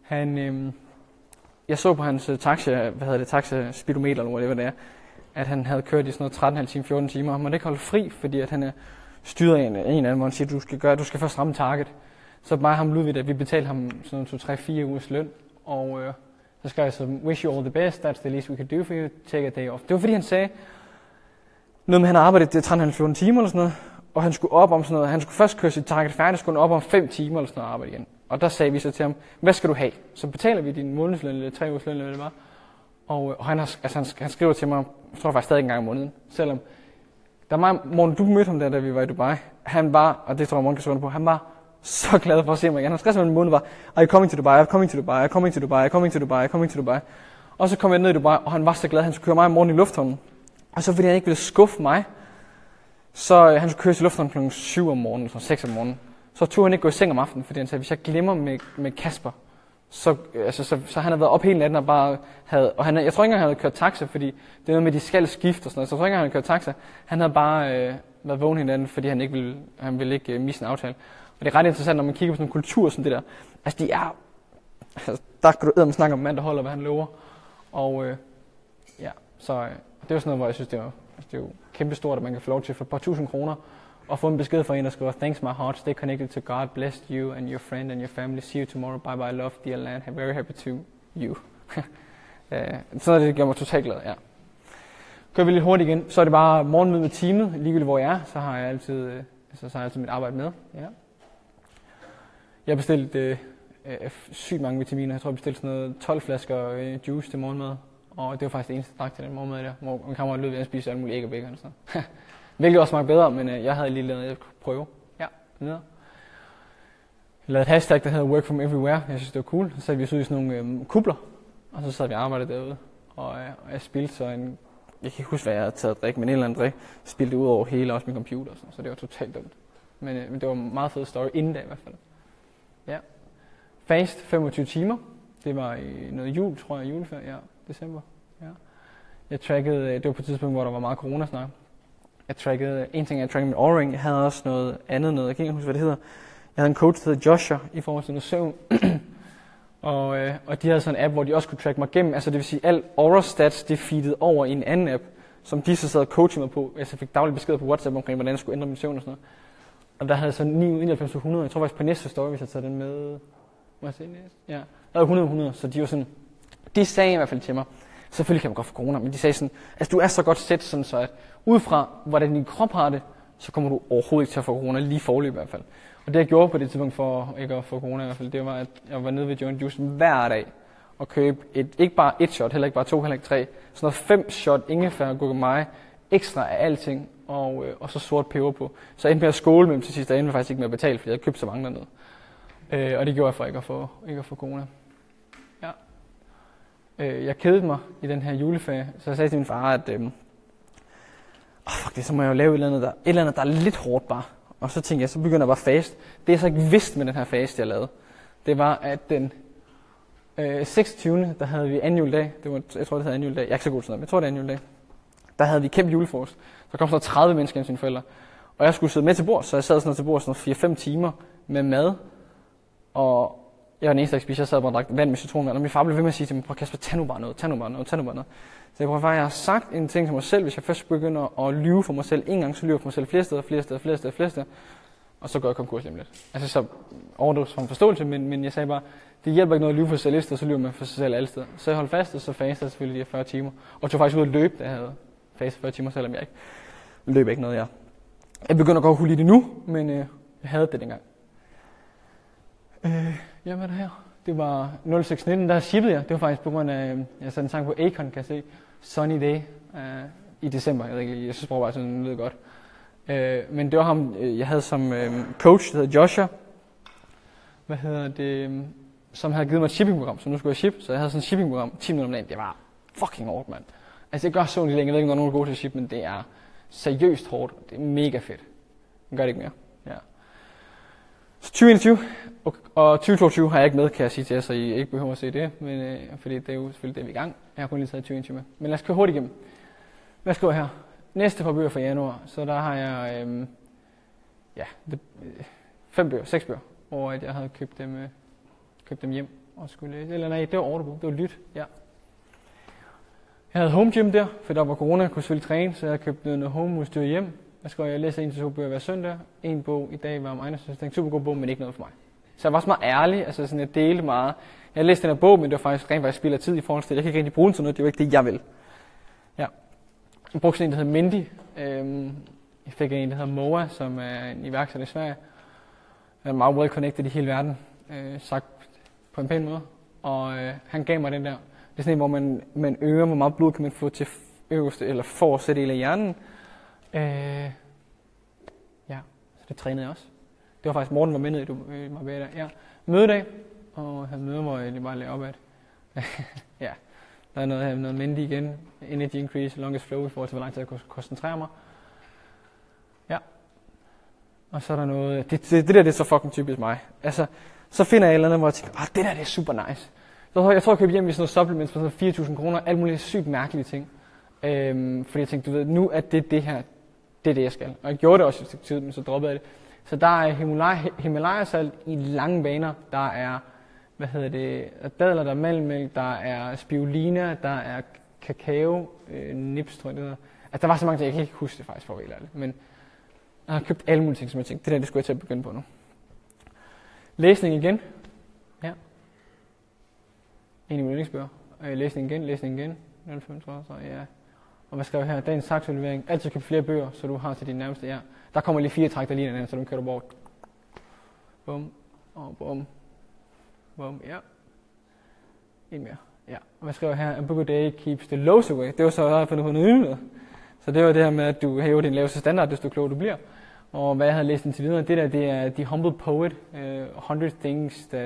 jeg så på hans taxa speedometer, eller hvad det er, at han havde kørt i sådan noget 13,5 timer, 14 timer, og man ikke holde fri, fordi at han er styret af en anden, hvor han siger, du skal først ramme target. Så mig og ham Ludvig, at vi betalte ham sådan 2-3-4 ugers løn, og så skrev jeg så, wish you all the best, that's the least we can do for you, take a day off. Det var fordi han sagde, noget med han har arbejdet det 13,5-14 timer eller sådan noget, og han skulle op om sådan noget, han skulle først køre sit target færdigt, skulle han op om 5 timer eller sådan noget arbejde igen. Og der sagde vi så til ham, hvad skal du have? Så betaler vi din månedsløn eller 3 ugers løn eller hvad det var. Og han skriver til mig, jeg tror faktisk stadig en gang om måneden, selvom der var morgen, du mødte ham der, da vi var i Dubai. Han var, og det tror jeg, morgen kan skrive på, han var så glad for at se mig igen. Han skrev en måned var, are you coming to Dubai, I'm coming to Dubai, I'm coming to Dubai, I'm coming to Dubai, I'm coming to Dubai. Og så kom jeg ned i Dubai, og han var så glad, han skulle køre mig om morgenen i lufthavnen. Og så fordi han ikke ville skuffe mig, så han skulle køre til lufthavnen kl. 7 om morgenen, eller 6 om morgenen. Så tog han ikke gå i seng om aftenen, fordi han sagde, hvis jeg glemmer med Kasper, så han havde været op hele natten og bare havde, og jeg tror ikke engang, han havde kørt taxa, fordi det er noget med, de skal skifte og sådan noget, så jeg tror ikke engang, han havde kørt taxa. Han havde bare været vågen hele natten, fordi han ville ikke misse en aftale. Og det er ret interessant, når man kigger på sådan en kultur som det der. Altså der kan du eddermame snakke om en mand, der holder, hvad han lover. Og så det var sådan noget, hvor jeg synes, det er jo kæmpe stort, at man kan få lov til for et par tusind kroner og få en besked fra en, der skriver, thanks my heart, stay connected to God, bless you and your friend and your family, see you tomorrow, bye bye, love, dear land, I'm very happy to you. Sådan det gør mig totalt glad, ja. Kører vi lidt hurtigt igen, så er det bare morgenmøde med teamet, ligegyldigt hvor jeg er, så har jeg altid, mit arbejde med. Ja. Jeg har bestilt sygt mange vitaminer, jeg tror jeg bestilte sådan noget 12 flasker juice til morgenmad, og det var faktisk det eneste, jeg drak til den morgenmad der, hvor min kammerat lød ved at spise alle mulige æg og bacon og sådan noget. Hvilket også smagte bedre, men jeg havde lige lavet, jeg kunne prøve. Ja, videre. Jeg lavede et hashtag, der hedder Work From Everywhere. Jeg synes, det var cool. Så satte vi os ud i sådan nogle kubler, og så sad vi og arbejdede derude. Og jeg spildte så jeg kan ikke huske, hvad jeg havde taget at drikke, men en eller anden drik. Spildte ud over hele, også min computer, og sådan, så det var totalt dumt. Men det var en meget fed story, inden da i hvert fald. Ja. Fast 25 timer. Det var i noget jul, tror jeg, juleferie, ja, december. Ja. Jeg trackede, det var på et tidspunkt, hvor der var meget corona-snak. Jeg trackede min Oura-ring. Jeg havde også noget andet, jeg kan ikke huske, hvad det hedder. Jeg havde en coach, der hedder Joshua, i forhold til noget søvn. og de havde sådan en app, hvor de også kunne tracke mig gennem. Altså det vil sige, al Aura-stats, det feedede over i en anden app, som de så sad og coachede mig på. Altså jeg fik daglige beskeder på WhatsApp omkring, hvordan jeg skulle ændre min søvn og sådan noget. Og der havde jeg så 99-100. Jeg tror faktisk på næste story, hvis jeg tager den med. Må jeg se næste? Ja. Der havde 100-100, så de var sådan. De sagde i hvert fald til mig, Selvfølgelig kan man godt få corona, men de sagde sådan, altså du er så godt sæt, sådan så at ud fra, hvordan din krop har det, så kommer du overhovedet ikke til at få corona, lige forløb i hvert fald. Og det jeg gjorde på det tidspunkt for ikke at få corona i hvert fald, det var, at jeg var nede ved Joe & Juice hver dag og købe ikke bare et shot, heller ikke bare 2, heller ikke 3, sådan noget 5 shot ingefær, gurkemeje, ekstra af alting, og så sort peber på. Så jeg endte med at skåle med dem til sidst, og jeg endte faktisk ikke med at betale, fordi jeg havde købt så mange dernede. Og det gjorde jeg for ikke at få corona. Ja. Jeg kedede mig i den her juleferie, så jeg sagde til min far, at fuck det, så må jeg jo lave et eller andet, der er lidt hårdt bare. Og så tænkte jeg, så begynder jeg bare fast. Det jeg så ikke vidste med den her fast, jeg lavede, det var, at den 26. der havde vi anden juledag. Jeg tror, det hed anden juledag. Jeg er ikke så god til noget, men jeg tror, det er anden juledag. Der havde vi kæmpe julefrokost. Så kom så 30 mennesker hjem til sine forældre. Og jeg skulle sidde med til bord, så jeg sad sådan noget til bord sådan 4-5 timer med mad. Og jeg var den eneste, der ikke spiste. Jeg sad bare og drak vand med citronvand. Og min far blev ved med at sige til mig, prøv Kasper, tag nu bare noget. Så jeg prøver faktisk, jeg har sagt en ting til mig selv, hvis jeg først begynder at lyve for mig selv en gang, så lyver jeg for mig selv flere steder. Og så går jeg konkurs lige lidt. Altså så overdås fra en forståelse, men jeg sagde bare, det hjælper ikke noget at lyve for sig selv et sted, så lyver man for sig selv alle steder. Så jeg holdt fast, og så fastede jeg selvfølgelig de 40 timer. Og tog faktisk ud at løbe, da jeg havde fastet 40 timer, selvom jeg ikke løb ikke noget, jeg begynder at gå hul i det nu, men jeg havde det dengang. Hvad er det her? Det var 0619, der shippede jeg. Det var faktisk på grund af, jeg satte en sang på Akon, kan jeg se. Sunny Day i december. Jeg ved ikke, jeg synes bare sådan, det lød godt. Men det var ham, jeg havde som coach, der hedder Joshua. Som havde givet mig et shippingprogram, så nu skulle jeg ship. Så jeg havde sådan et shippingprogram, 10 minutter om dagen. Det var fucking hårdt, mand. Altså jeg gør sådan lidt længe, jeg ved ikke, om der er nogen, der er gode til at ship, men det er seriøst hårdt. Det er mega fedt. Jeg gør det ikke mere. Ja. Så 2021 og 2022 har jeg ikke med, kan jeg sige til jer, så I ikke behøver at se det. Men, fordi det er jo selvfølgelig det, vi er i gang. Jeg har kun lige taget 2021 med. Men lad os køre hurtigt igennem. Hvad skriver jeg her? Næste par bøger fra januar, så der har jeg 6 bøger, hvor jeg havde købt dem hjem og skulle læse. Eller nej, det var Audible, det var lyt, ja. Jeg havde home gym der, for der var corona, jeg kunne selvfølgelig træne, så jeg købte noget home udstyr hjem. Jeg læser 1-2 bøger hver søndag. En bog i dag var om ejendomsforsikring, super god bog, men ikke noget for mig. Så jeg var også meget ærlig, altså sådan, jeg delte meget. Jeg læste den her bog, men det var faktisk rent faktisk spild af tid i forhold til, jeg kan ikke rigtig bruge den til noget, det var ikke det, jeg vil. Ja. Jeg brugte sådan en, der hedder Mindy. Jeg fik en, der hedder Moa, som er en iværksætter i Sverige. Han er meget well connected i hele verden, sagt på en pæn måde. Og han gav mig den der. Det er sådan en, hvor man øger, hvor meget blod kan man få til øverste eller forreste del af hjernen. Så det trænede jeg også. Det var faktisk Morten var med ned i mig der. Ja. Mødedag, og jeg havde møder, hvor jeg bare lagde op at. Ja, der er noget Mindy igen. Energy increase, longest flow i forhold til, hvor lang tid jeg kunne koncentrere mig. Ja. Og så er der noget, det der det er så fucking typisk mig. Altså, så finder jeg et eller andet, hvor jeg tænker, det der det er super nice. Så jeg tror, jeg købte hjem i sådan noget supplements for sådan 4.000 kroner, alt muligt sygt mærkelige ting. Fordi jeg tænkte, du ved, nu er det her, det er det, jeg skal. Og jeg gjorde det også i et stykke tid, men så droppede jeg det. Så der er Himalaya-salt i lange baner, der er, dadler, der er mellemælk, der er spirulina, der er kakao, nips, tror jeg det hedder. Altså der var så mange ting, jeg kan ikke huske det faktisk for at være helt ærlig. Men jeg har købt alle mulige ting, som jeg tænkte, det skulle jeg til at begynde på nu. Læsning igen. Ja. En af mine yndlingsbøger. Læsning igen. 035, så ja. Og hvad skrev jeg her? Dagens saksudlevering. Altid køb flere bøger, så du har til din nærmeste. Ja. Der kommer lige 4 træk, der ligner den, så du kører bort. Bum. Og bum. Bum. Ja. En mere. Ja. Og hvad skrev jeg her? A book a day keeps the lows away. Det var så, jeg havde fundet på noget. Så det var det her med, at du hæver din laveste standard, desto klogere du bliver. Og hvad jeg havde læst indtil videre, det er The Humble Poet. 100 things that...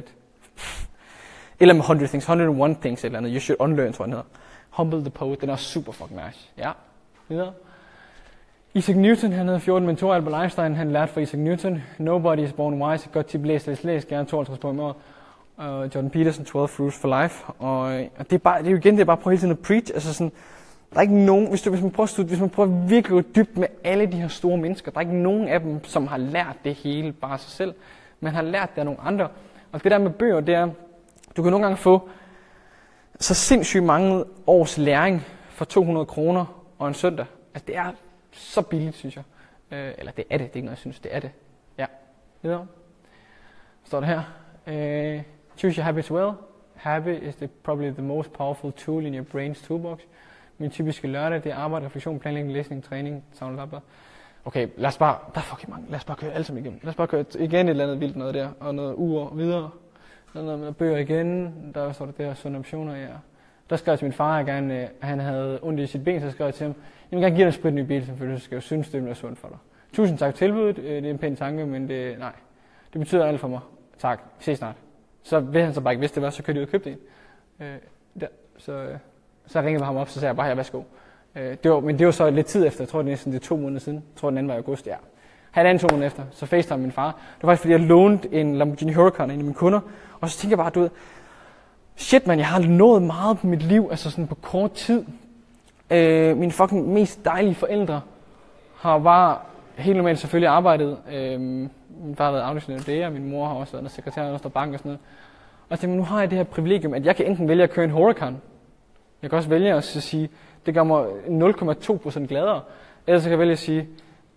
Eller med 101 things eller andet. You should unlearn, tror jeg, den hedder. Humble the Poet, den er super fucking nice. Ja, videre. Isaac Newton, han havde 14 mentorer. Albert Einstein, han lærte fra Isaac Newton. Nobody is born wise. Godt tip, læs. Gerne 52 på i morgen. Jordan Peterson, 12 Rules for Life. Og det er bare på hele tiden at preach. Altså sådan, der er ikke nogen, hvis man prøver virkelig at gå dybt med alle de her store mennesker, der er ikke nogen af dem, som har lært det hele bare sig selv. Man har lært det af nogle andre. Og det der med bøger, det er, du kan nogle gange få så sindssygt mange års læring for 200 kroner og en søndag. Altså det er så billigt, synes jeg. Eller det er det er ikke noget, jeg synes, det er det. Ja, videre. Står der her. Choose your habits well. Habit is probably the most powerful tool in your brain's toolbox. Min typiske lørdag, det er arbejde, refleksion, planlægning, læsning, træning, samlet. Okay, lad os bare køre alt sammen igennem. Lad os bare køre igen et eller andet vildt noget der, og noget ur videre. Noget med bøger igen, der står der sunde optioner, ja. Der skrev jeg til min far, at han havde ondt i sit ben, så skrev jeg til ham, jeg vil gerne give dig en sprit ny bil, for du skal jo synes, det er sundt for dig. Tusind tak for tilbuddet, det er en pæn tanke, men det betyder alt for mig. Tak, vi ses snart. Så ved han så bare ikke, hvis det var, så kørte de ud og købte en. Så ringede jeg ham op, så sagde jeg bare, værsgo. Men det var så lidt tid efter, jeg tror det er 2 måneder siden. Jeg tror den anden var i august, ja. Halvanden 2 måneder efter, så facetime min far. Det var faktisk fordi, jeg lånte en Lamborghini Huracan af en af mine kunder. Og så tænker jeg bare, shit man, jeg har nået meget på mit liv, altså sådan på kort tid. Mine fucking mest dejlige forældre har bare helt normalt selvfølgelig arbejdet. Min far har været afdelingsleder der, og min mor har også været sekretær i Østre Bank og sådan noget. Og så tænkte jeg, nu har jeg det her privilegium, at jeg kan enten vælge at køre en Huracan. Jeg kan også vælge at sige, det gør mig 0,2% gladere. Ellers så kan jeg vælge at sige,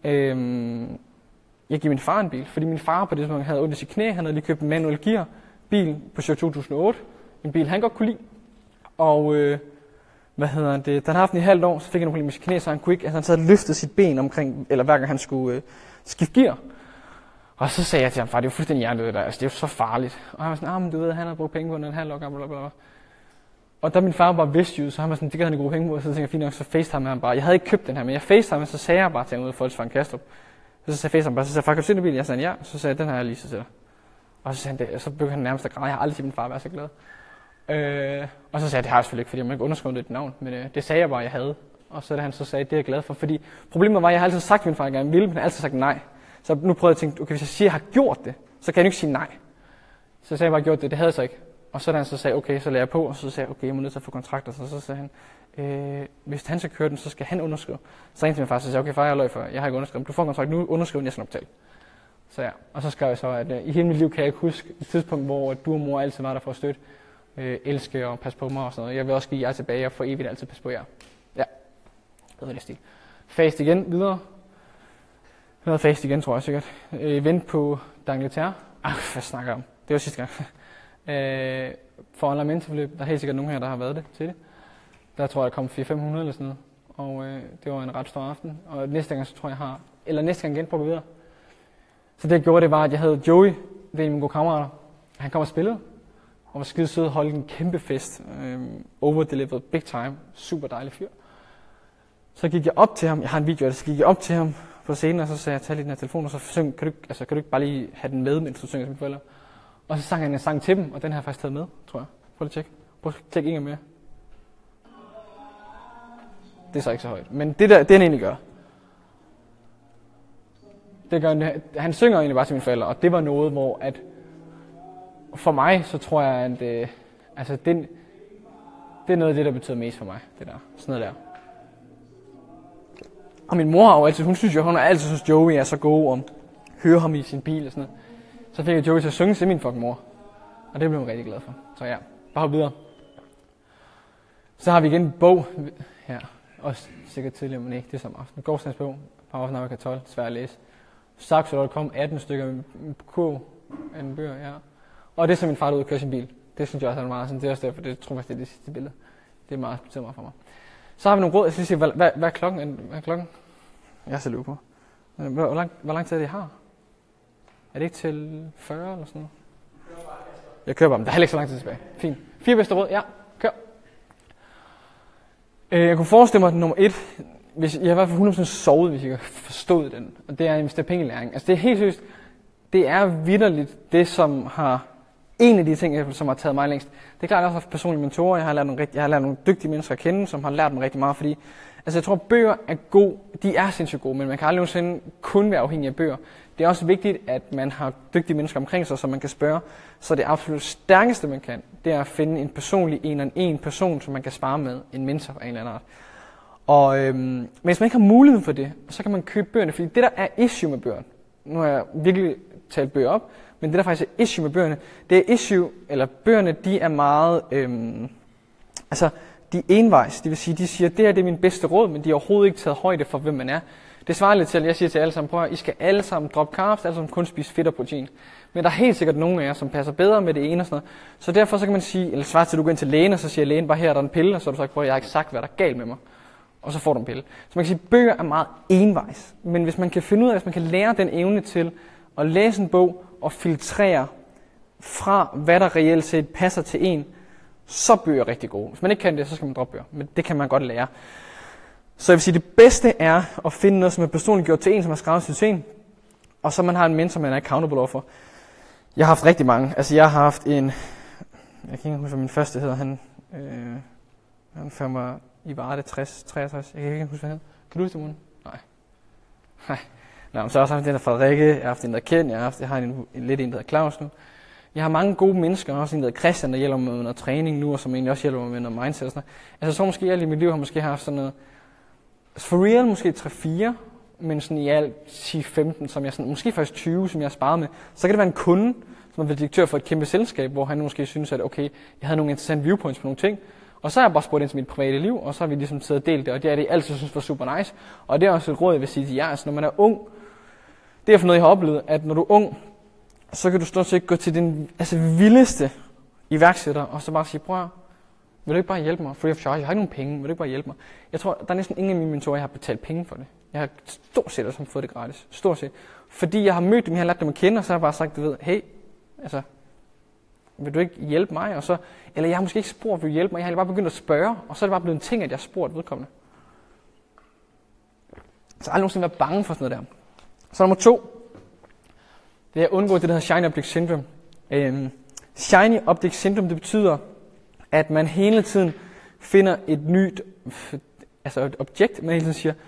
jeg giver min far en bil. Fordi min far på det tidspunkt havde ondt i sit knæ. Han havde lige købt en manuel gear bil på 2008. En bil han godt kunne lide. Og den har haft den i halvt år, så fik han nogle problemer med sit knæ, så han kunne ikke, han havde løftet sit ben omkring, eller hver gang han skulle skifte gear. Og så sagde jeg til ham, far, det er jo fuldstændig hjernedødt der, altså det er jo så farligt. Og han var sådan, men du ved, han har brugt penge på den en halv år, blablabla. Og da min far var vestjyde, så han var sådan, det kan han ikke bruge penge på, og så tænkte jeg, fint nok, så facetime med ham bare. Jeg havde ikke købt den her, men jeg facetime, så sagde jeg bare til ham ude af Volkswagen Kastrup. Så sagde facetime bare, så sagde jeg, far, kan du se den bil? Jeg sagde, ja. Så sagde jeg, den her jeg lige så til dig. Og så sagde han det, og så begyndte han nærmest at græde. Jeg har aldrig set min far være så glad. Og så sagde jeg, det har jeg selvfølgelig ikke, fordi jeg må ikke underskrive dit navn, men det sagde jeg bare, jeg havde. Og så da han så sagde, det er jeg glad for, fordi problemet var, at jeg har altid sagt til min far, at jeg gerne ville, men han har altid sagt nej. Så nu prøvede jeg at tænke, okay, hvis jeg siger, at jeg har gjort det, så kan jeg ikke sige nej. Så sagde jeg bare, at jeg gjort det, det havde jeg så ikke. Og så da han så sagde, okay, så lagde jeg på, og så sagde jeg, okay, jeg må nødt til at få kontrakter. Så sagde han, hvis han skal køre den, så skal han underskrive. Så ringte til min far, så sagde jeg, okay far, jeg løg for, jeg har ikke underskrevet. Du får en kontrakt, nu underskriver jeg skal nok betale. Så ja, og så skrev jeg så, at i hele mit liv kan jeg ikke huske et tidspunkt, hvor du og mor altid var der for at støtte, elske og passe på mig og sådan noget. Jeg vil også give jer tilbage og for evigt altid passe på jer. Ja, det var det stil. Fast igen, videre. Noget fast igen, tror jeg sikkert. Event på D'Angleterre. Hvad snakker jeg om? Det var sidste gang. For online mentorforløb, der er helt sikkert nogen her, der har været det til det. Der tror jeg, der kom 400-500 eller sådan noget. Og det var en ret stor aften. Og næste gang, så tror jeg, næste gang igen, prøv at gå videre. Så det jeg gjorde, det var, at jeg havde Joey, det er en af mine gode kammerater. Han kom og spillede, og var skide sød og holdt en kæmpe fest. Overdelivered big time. Super dejlig fyr. Så gik jeg op til ham, jeg har en video af det, så gik jeg op til ham på scenen, og så sagde jeg, tag lige den her telefon, og så syng, kan du ikke bare lige have den med, mens du synger til mine forældre? Og så sang han en sang til dem, og den har jeg faktisk taget med, tror jeg. Prøv lige at tjekke. Prøv at tjekke en mere. Det er så ikke så højt. Men det han egentlig gør. Det gør han synger egentlig bare til mine forældre, og det var noget, hvor at for mig, så tror jeg, at det er noget af det, der betyder mest for mig, det der. Sådan noget der. Og min mor har jo altid, hun har altid synes Joey er så god om høre ham i sin bil og sådan noget. Så fik jeg Joey til at synge til min fucking mor. Og det blev jeg rigtig glad for. Så ja, bare hop videre. Så har vi igen en bog her. Også sikkert tidligere, men ikke det samme aften. Gårdstands bog. Power of America 12. Svær at læse. Saxo.com. 18 stykker med K. En bøger, ja. Og det er så min far, der ud og kører sin bil. Det synes jeg også er meget sådan. Det er også derfor, det tror jeg, det er det sidste billede. Det er meget specielt for mig. Så har vi nogle råd. Jeg skal lige sige, hvad er klokken? Hvad er klokken? Jeg ser løbe på. Hvor lang tid er det, jeg har? Er det ikke til 40 eller sådan noget? Jeg kører bare, men der er heller ikke så lang tid tilbage. Fint. 4 bedste råd, ja, kør. Jeg kunne forestille mig, at nummer 1, hvis jeg har i hvert fald 100% sovet, hvis jeg har forstået den, og det er at investere penge i læring. Altså det er helt seriøst, det er vitterligt det, som har en af de ting, som har taget mig længst. Det er klart, at jeg har haft personlige mentorer, jeg har lært nogle dygtige mennesker at kende, som har lært mig rigtig meget, fordi altså jeg tror, bøger er gode, de er sindssygt gode, men man kan aldrig nogensinde kun være afhængig af bøger. Det er også vigtigt, at man har dygtige mennesker omkring sig, som man kan spørge. Så det absolut stærkeste, man kan, det er at finde en personlig en person, som man kan spare med, en mentor af en eller anden art. Og hvis man ikke har mulighed for det, så kan man købe bøgerne, fordi det der er issue med bøgerne, nu har jeg virkelig talt bøger op, men det der faktisk er issue med bøgerne, det er issue, eller bøgerne, de er meget, de er envejs, det vil sige, de siger, det her det er min bedste råd, men de har overhovedet ikke taget højde for, hvem man er. Det svarer lidt til, at jeg siger til alle sammen, prøv at I skal alle sammen droppe carbs, alle sammen kun spise fedt og protein. Men der er helt sikkert nogle af jer, som passer bedre med det ene og sådan noget. Så derfor så kan man sige, eller svare til, at du går ind til lægen, og så siger lægen bare, her er der en pille, og så har du sagt, prøv at jeg har ikke sagt, hvad der er galt med mig. Og så får du en pille. Så man kan sige, at bøger er meget envejs. Men hvis man kan finde ud af, hvis man kan lære den evne til at læse en bog og filtrere fra, hvad der reelt set passer til en, så bøger er rigtig gode. Hvis man ikke kan det, så skal man droppe bøger. Men det kan man godt lære. Så jeg vil sige, det bedste er at finde noget, som er personligt gjort til en, som har skrevet system, og så man har en mentor, man er accountable overfor. Jeg har haft rigtig mange. Altså jeg har haft en, jeg kan ikke huske, hvad min første hedder, han fandt mig i Varde 60, 63, jeg kan ikke huske, hvad han hedder. Kan du huske det, Mune? Nej. Nå, så har jeg også haft en der Frederikke, jeg har haft en der Ken, jeg har en lidt en der hedder Claus nu. Jeg har mange gode mennesker, også en der hedder Christian, der hjælper mig med noget træning nu, og som egentlig også hjælper mig med noget mindset og sådan noget. Altså så måske jeg i mit liv har måske haft sådan noget, for real måske 3-4, men sådan i alt 10-15, som jeg sådan, måske faktisk 20, som jeg har sparet med. Så kan det være en kunde, som er blevet direktør for et kæmpe selskab, hvor han måske synes, at okay, jeg havde nogle interessante viewpoints på nogle ting, og så har jeg bare spurgt ind til mit private liv, og så har vi ligesom siddet og delt det, og det er det, jeg altid synes var super nice. Og det er også et råd, jeg vil sige til jer, altså når man er ung, det er for noget, jeg har oplevet, at når du er ung, så kan du stort set gå til den vildeste iværksætter, og så bare sige, prøv, vil du ikke bare hjælpe mig? Free of charge, jeg har ikke nogen penge, vil du ikke bare hjælpe mig? Jeg tror, der er næsten ingen af mine mentorer, jeg har betalt penge for det. Jeg har stort set også fået det gratis. Stort set. Fordi jeg har mødt dem, jeg har lært dem at kende, og så har jeg bare sagt, du ved, hey, altså, vil du ikke hjælpe mig? Og så, eller jeg har måske ikke spurgt, vil du hjælpe mig? Jeg har bare begyndt at spørge, og så er det bare blevet en ting, at jeg har spurgt vedkommende. Så jeg har aldrig nogensinde været bange for sådan noget der. Så nummer 2, det er at undgå det, der hedder Shiny Object Syndrome. Shiny Object Syndrome, det betyder, at man hele tiden finder et nyt, altså et objekt, man hele tiden siger,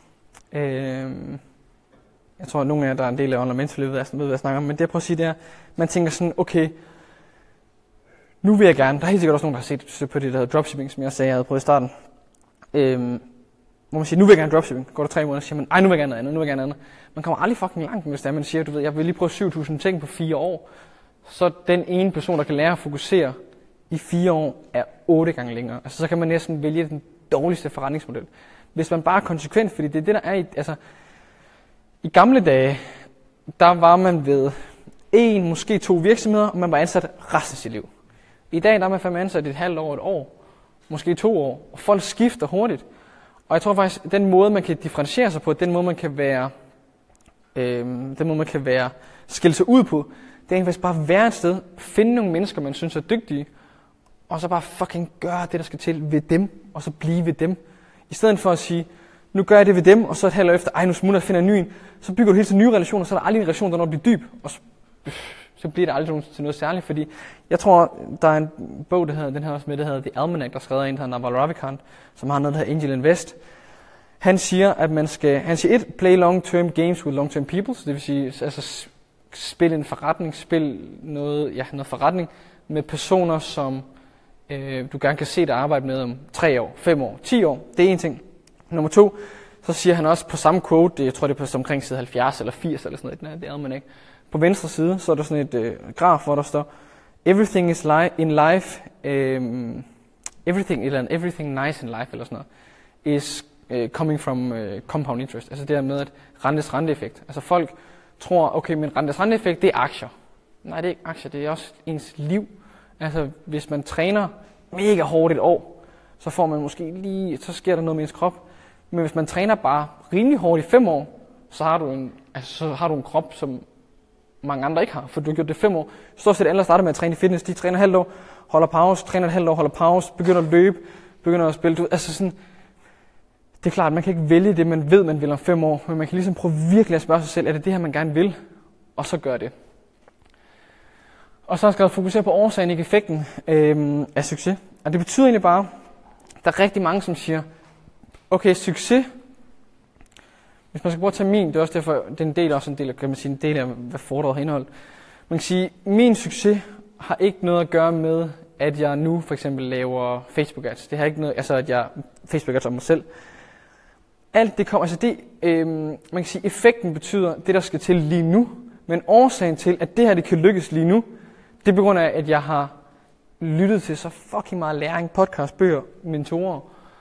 jeg tror, at nogle af jer, der er en del af online mentorlivet, ved, hvad jeg snakker om, men det jeg prøver at sige, det er, man tænker sådan, okay, nu vil jeg gerne, der er helt sikkert også nogen, der har set på det, der hedder dropshipping, som jeg sagde, jeg havde prøvet i starten, hvor man siger, nu vil jeg gerne dropshipping, går der 3 måneder, så siger man, ej, nu vil jeg gerne noget andet, nu vil jeg gerne noget andet. Man kommer aldrig fucking langt, hvis det er, man siger, du ved, jeg vil lige prøve 7.000 ting på 4 år, så den ene person, der kan lære at fokusere i 4 år, er 8 gange længere. Altså så kan man næsten vælge den dårligste forretningsmodel. Hvis man bare er konsekvent, fordi det er det, der er i, altså i gamle dage, der var man ved 1, måske 2 virksomheder, og man var ansat resten af sit liv. I dag, der er man fandme ansat et halvt år, et år, måske 2 år, og folk skifter hurtigt. Og jeg tror faktisk, den måde, man kan differentiere sig på, den måde, man kan være, skille sig ud på, det er faktisk bare være et sted, finde nogle mennesker, man synes er dygtige, og så bare fucking gøre det, der skal til ved dem, og så blive ved dem. I stedet for at sige, nu gør jeg det ved dem, og så et halvt år efter, nu smutter jeg finder en ny en, så bygger du hele tiden nye relationer, så er der aldrig en relation, der når bliver dyb, og så bliver det aldrig til noget særligt, fordi jeg tror, der er en bog, der hedder, den her også med, der hedder The Almanac, der er skrevet af en, der hedder Naval Ravikant, som har noget, der hedder Angel Invest. Han siger, at man skal, play long-term games with long-term people, så det vil sige, altså spil en forretning, noget forretning med personer, som du gerne kan se dig arbejde med om 3 år, 5 år, 10 år. Det er en ting. Nummer 2, så siger han også på samme quote, jeg tror det er på omkring side 70 eller 80 eller sådan noget, det er man ikke. På venstre side, så er der sådan et graf, hvor der står, everything is in life, everything nice in life eller sådan noget, is coming from compound interest. Altså det der med at renteeffekt. Altså folk tror, okay, men renteeffekt, det er aktier. Nej, det er ikke aktier, det er også ens liv. Altså hvis man træner mega hårdt et år, så får man måske så sker der noget med ens krop. Men hvis man træner bare rimelig hårdt i 5 år, så har du en krop, som mange andre ikke har, for du har gjort det 5 år. Stort set alle, der starter med at træne i fitness, de træner et halvt år, holder pause, træner et halvt år, holder pause, begynder at løbe, begynder at spille. Altså sådan, det er klart, at man kan ikke vælge det, man ved, man vil om 5 år, men man kan ligesom prøve virkelig at spørge sig selv, er det det her, man gerne vil? Og så gør det. Og så skal jeg fokusere på årsagen, ikke effekten af succes. Og det betyder egentlig bare, der er rigtig mange, som siger, okay, succes, hvis man skal prøve at tage det er også derfor, det er en del af, kan man sige, en del af, hvad foredraget har indeholdt. Man kan sige, min succes har ikke noget at gøre med, at jeg nu for eksempel laver Facebook ads. Det har ikke noget, altså at jeg Facebook ads om mig selv. Alt det kommer, altså det, man kan sige, effekten betyder det, der skal til lige nu. Men årsagen til, at det her det kan lykkes lige nu, det er på grund af, at jeg har lyttet til så fucking meget læring, podcast, bøger, mentorer,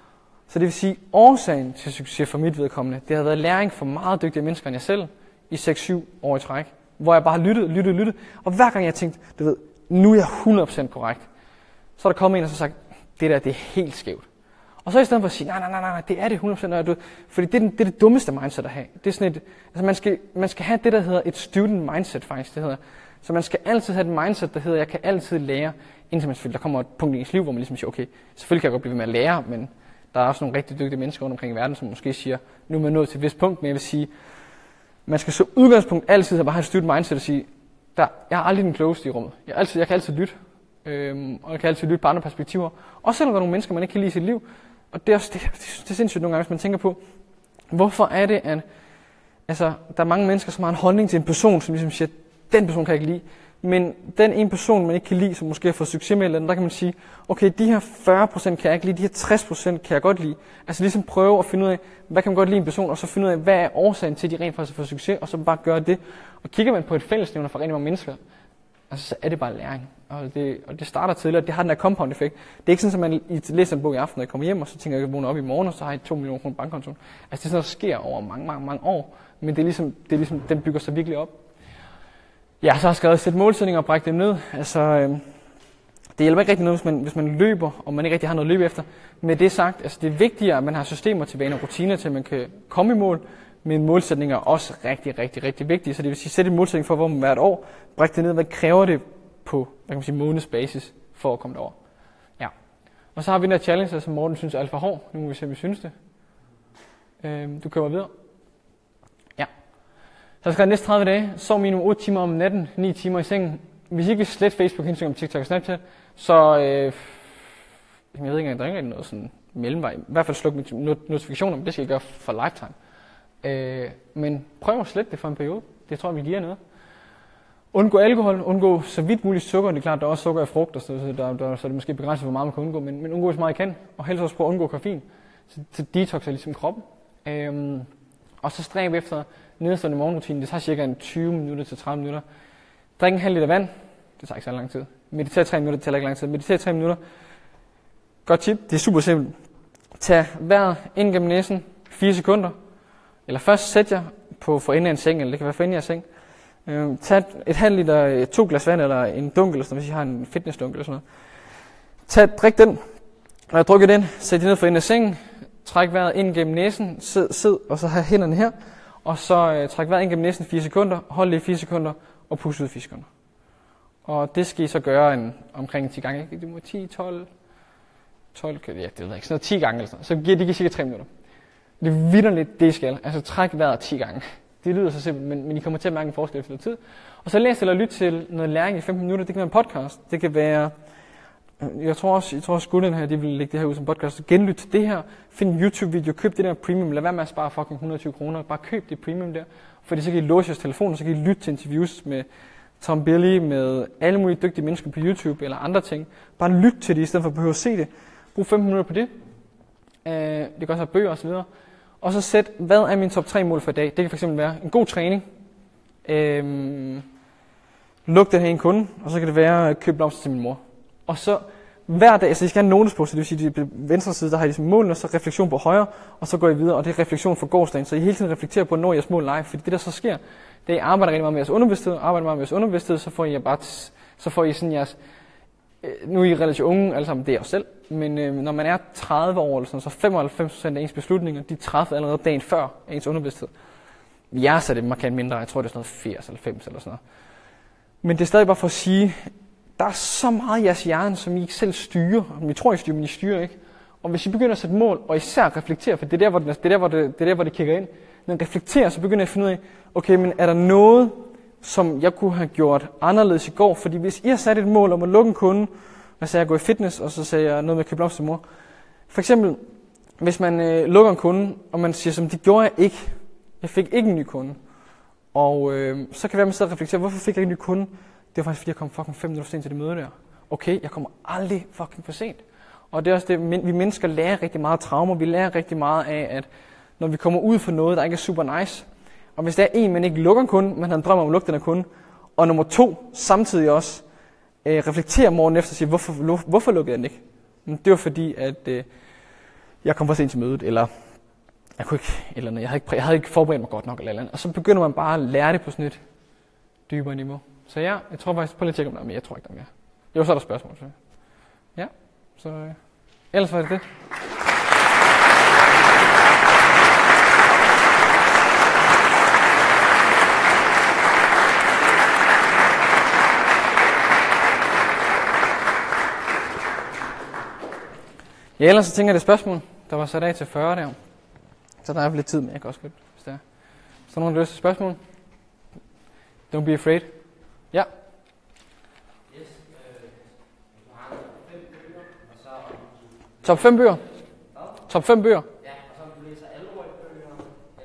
Så det vil sige, årsagen til succes for mit vedkommende, det har været læring for meget dygtige mennesker end jeg selv i 6-7 år i træk, hvor jeg bare har lyttet. Og hver gang jeg tænkte, nu er jeg 100% korrekt, så er der kommet en og så sagt, det er helt skævt. Og så i stedet for at sige, nej, det er det 100%, fordi det er det dummeste mindset at have. Det er sådan et, altså man skal have det, der hedder et student mindset faktisk, det hedder. Så man skal altid have et mindset, der hedder, jeg kan altid lære, indtil man selvfølgelig, der kommer et punkt i ens liv, hvor man ligesom siger, okay, selvfølgelig kan jeg godt blive ved med at lære, men der er også nogle rigtig dygtige mennesker rundt omkring i verden, som måske siger, nu er man nået til et vist punkt, men jeg vil sige, man skal så udgangspunkt altid bare have et student mindset og sige, jeg er aldrig den klogeste i rummet. Jeg kan altid lytte, og jeg kan altid lytte på andre perspektiver. Også selvom der er nogle mennesker, man ikke kan lide i sit liv. Og det er også det er sindssygt nogle gange, hvis man tænker på, hvorfor er det, at altså, der er mange mennesker, som har en holdning til en person, som ligesom siger, den person kan jeg ikke lide. Men den en person, man ikke kan lide, som måske har fået succes med, eller der kan man sige, okay, de her 40% kan jeg ikke lide, de her 60% kan jeg godt lide. Altså ligesom prøve at finde ud af, hvad kan man godt lide en person, og så finde ud af, hvad er årsagen til, at de rent faktisk har fået succes, og så bare gøre det. Og kigger man på et fællesnævner for rigtig mange mennesker, altså, så er det bare læring. Og det starter tidligere, det har den der compound effekt. Det er ikke sådan, at man læser en bog i aften, når jeg kommer hjem, og så tænker jeg, at jeg vågner op i morgen, og så har jeg 2 millioner kroner på bankkontoen. Altså det er sådan, der sker over mange år, men det er ligesom den bygger sig virkelig op. Ja, så har jeg skrevet at sætte målsætninger og brække dem ned. Altså, det hjælper ikke rigtig noget, hvis man løber, og man ikke rigtig har noget at løbe efter. Med det sagt, altså det er vigtigere, at man har systemer til vaner og rutiner, til at man kan komme i mål. Men målsætninger er også rigtig vigtige. Så det vil sige, sætte en målsætning for, hvor man hvert år, brække det ned, hvad kræver det på månedsbasis for at komme derover. Ja. Og så har vi den her challenge, som Morten synes er alt for hård. Nu må vi se, om vi synes det. Du kører videre. Ja. Så jeg skal næste 30 dage, sov minimum 8 timer om natten, 9 timer i sengen. Hvis I ikke vil slette Facebook, Instagram, TikTok og Snapchat, så jeg ved ikke engang, der er ikke noget sådan mellemvej. I hvert fald sluk notifikationer, men det skal I gøre for lifetime. Men prøv at slette det for en periode. Det tror jeg vil give jer noget. Undgå alkohol, undgå så vidt muligt sukker. Det er klart, der er også sukker i frugt, så er det måske begrænset, hvor meget man kan undgå, men undgå så meget I kan. Og helst også prøve at undgå koffein. Så detoxer ligesom kroppen. Og så stræb efter nedstående morgenrutinen. Det tager cirka 20 minutter til 30 minutter. Drik en halv liter vand. Det tager ikke så lang tid. Meditere 3 minutter, det tager ikke lang tid. Meditere 3 minutter. Godt tip. Det er super simpelt. Tag vejret ind gennem næsen 4 sekunder. Eller først sæt jer for enden af en seng, eller det kan være for enden af en seng. Tag et halvt liter, 2 glas vand, eller en dunk, eller sådan, hvis I har en fitnessdunk, eller sådan noget. Drik den. Når jeg drukker den, sæt det ned for enden af sengen. Træk vejret ind gennem næsen. Sid, og så have hænderne her. Og så træk vejret ind gennem næsen 4 sekunder. Hold det i 4 sekunder, og pust ud 4 sekunder. Og det skal I så gøre omkring 10 gange. Det må 10, 12, ja, det ved jeg ikke, sådan noget 10 gange, eller sådan. Så giver det cirka 3 minutter. Det er vitterligt, det I skal. Altså træk vejret 10 gange. Det lyder så simpelt, men I kommer til at mærke en forskel efter noget tid. Og så læs eller lyt til noget læring i 15 minutter. Det kan være en podcast. Det kan være, jeg tror også Skudden her, de vil lægge det her ud som podcast. Genlyt det her. Find en YouTube-video. Køb det der premium. Lad være med at spare fucking 120 kroner. Bare køb det premium der. Fordi så kan I låse jeres telefon, og så kan I lytte til interviews med Tom Billy, med alle mulige dygtige mennesker på YouTube eller andre ting. Bare lyt til det, i stedet for at behøve at se det. Brug 15 minutter på det. Det kan også være bøger osv. Og så sæt, hvad er min top 3 mål for i dag? Det kan fx være en god træning. Luk den her en kunde, og så kan det være køb blomster til min mor. Og så hver dag, altså I skal have en notes på, så det vil sige, at på venstre side, der har I ligesom målene, og så refleksion på højre, og så går I videre, og det er refleksion for gårsdagen. Så I hele tiden reflekterer på, når jeres mål live, fordi det der så sker, det er, I arbejder rigtig meget med jeres underbevidsthed, så får I sådan jeres, nu er I relativt unge, alle sammen, det er jeg selv, men når man er 30 år, eller sådan, så 95% af ens beslutninger, de træffes allerede dagen før af ens underbevidsthed. Jeres er det markant mindre, jeg tror det er sådan noget 80 eller 90 eller sådan noget. Men det er stadig bare for at sige, der er så meget i jeres hjerne, som I ikke selv styrer. I tror, I styrer, men I styrer ikke. Og hvis I begynder at sætte mål, og især reflektere, for det er der, hvor det kigger ind. Når I reflekterer, så begynder jeg at finde ud af, okay, men er der noget, som jeg kunne have gjort anderledes i går? Fordi hvis I har sat et mål om at lukke en kunde, og så jeg går i fitness, og så sagde jeg noget med at købe blomster til mor. For eksempel, hvis man lukker en kunde, og man siger, som det gjorde jeg ikke. Jeg fik ikke en ny kunde. Og så kan man sidde og reflektere, hvorfor fik jeg ikke en ny kunde? Det var faktisk fordi, jeg kom fucking 5 minutter for sent til det møde der. Okay, jeg kommer aldrig fucking for sent. Og det er også det, vi mennesker lærer rigtig meget traumer. Vi lærer rigtig meget af, at når vi kommer ud for noget, der ikke er super nice. Og hvis der er en, man ikke lukker en kunde, man har en drøm om at lukke den her kunde. Og nummer 2, samtidig også, reflekterer morgen efter og siger, hvorfor lukkede jeg den ikke? Men det var fordi, at jeg kom for sent til mødet, eller jeg kunne ikke, eller noget, jeg havde ikke forberedt mig godt nok, eller andet. Og så begynder man bare at lære det på sådan et dybere niveau. Så ja, jeg tror faktisk, på lidt tjekke om der er mere, jeg tror ikke der er mere. Jo, så er der spørgsmål, så. Ja, så ellers var det det. Ja, ellers så tænker jeg det spørgsmål, der var sat af til 40 der. Så der er lidt tid, men jeg kan også godt, hvis der er. Så nogen, der løser spørgsmål? Don't be afraid. Ja. Yes, du har 5 bøger, og så... Top 5 bøger? Hvad? Top 5 bøger? Ja, og så du læser alle bøger,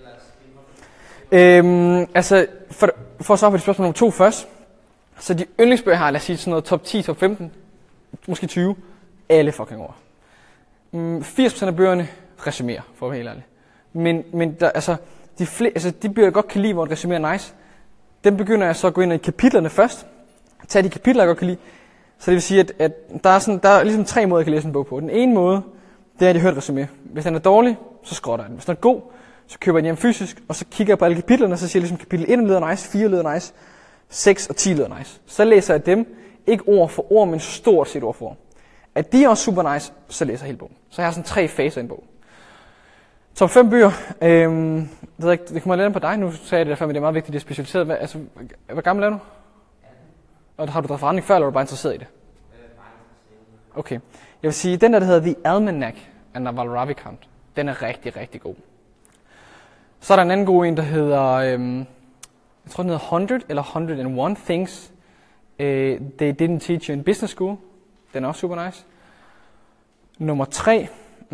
eller skriver? Altså, for at svare på det spørgsmål nummer 2 først. Så de yndlingsbøger har, lad os sige sådan noget top 10, top 15, måske 20, alle fucking år. 80% af bøgerne resumerer, for at være helt ærlig. Men der, altså, de bøger, jeg godt kan lide, hvor et resumé er nice, dem begynder jeg så at gå ind i kapitlerne først. Tage de kapitler, jeg godt kan lide. Så det vil sige, at der er ligesom 3 måder, jeg kan læse en bog på. Den ene måde, det er, at jeg hører et resumé. Hvis den er dårlig, så skrotter jeg den. Hvis den er god, så køber jeg den hjem fysisk, og så kigger jeg på alle kapitlerne, og så siger jeg ligesom, kapitel 1 lyder nice, 4 lyder nice, 6 og 10 lyder nice. Så læser jeg dem, ikke ord for ord, men stort set ord for ord. Er de også super nice, så læser jeg hele bogen. Så jeg har sådan 3 faser i en bog. Top 5 bøger. Det kommer lidt an på dig. Nu sagde jeg det derfor, men det er meget vigtigt, det er specialiseret. Hvor gammel er du? Og har du drevet forretning før, eller er du bare interesseret i det? Okay. Jeg vil sige, den der hedder The Almanac af Naval Ravikant, den er rigtig, rigtig god. Så er der en anden god en, der hedder, jeg tror den hedder 100 eller 101 Things They Didn't Teach You in Business School. Den er også super nice. Nummer 3.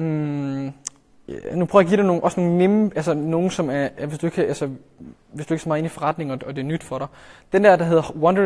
Nu prøver jeg at give dig nogle nemme, altså nogle som er, hvis du ikke er så meget inde i forretning, og det er nyt for dig. Den der hedder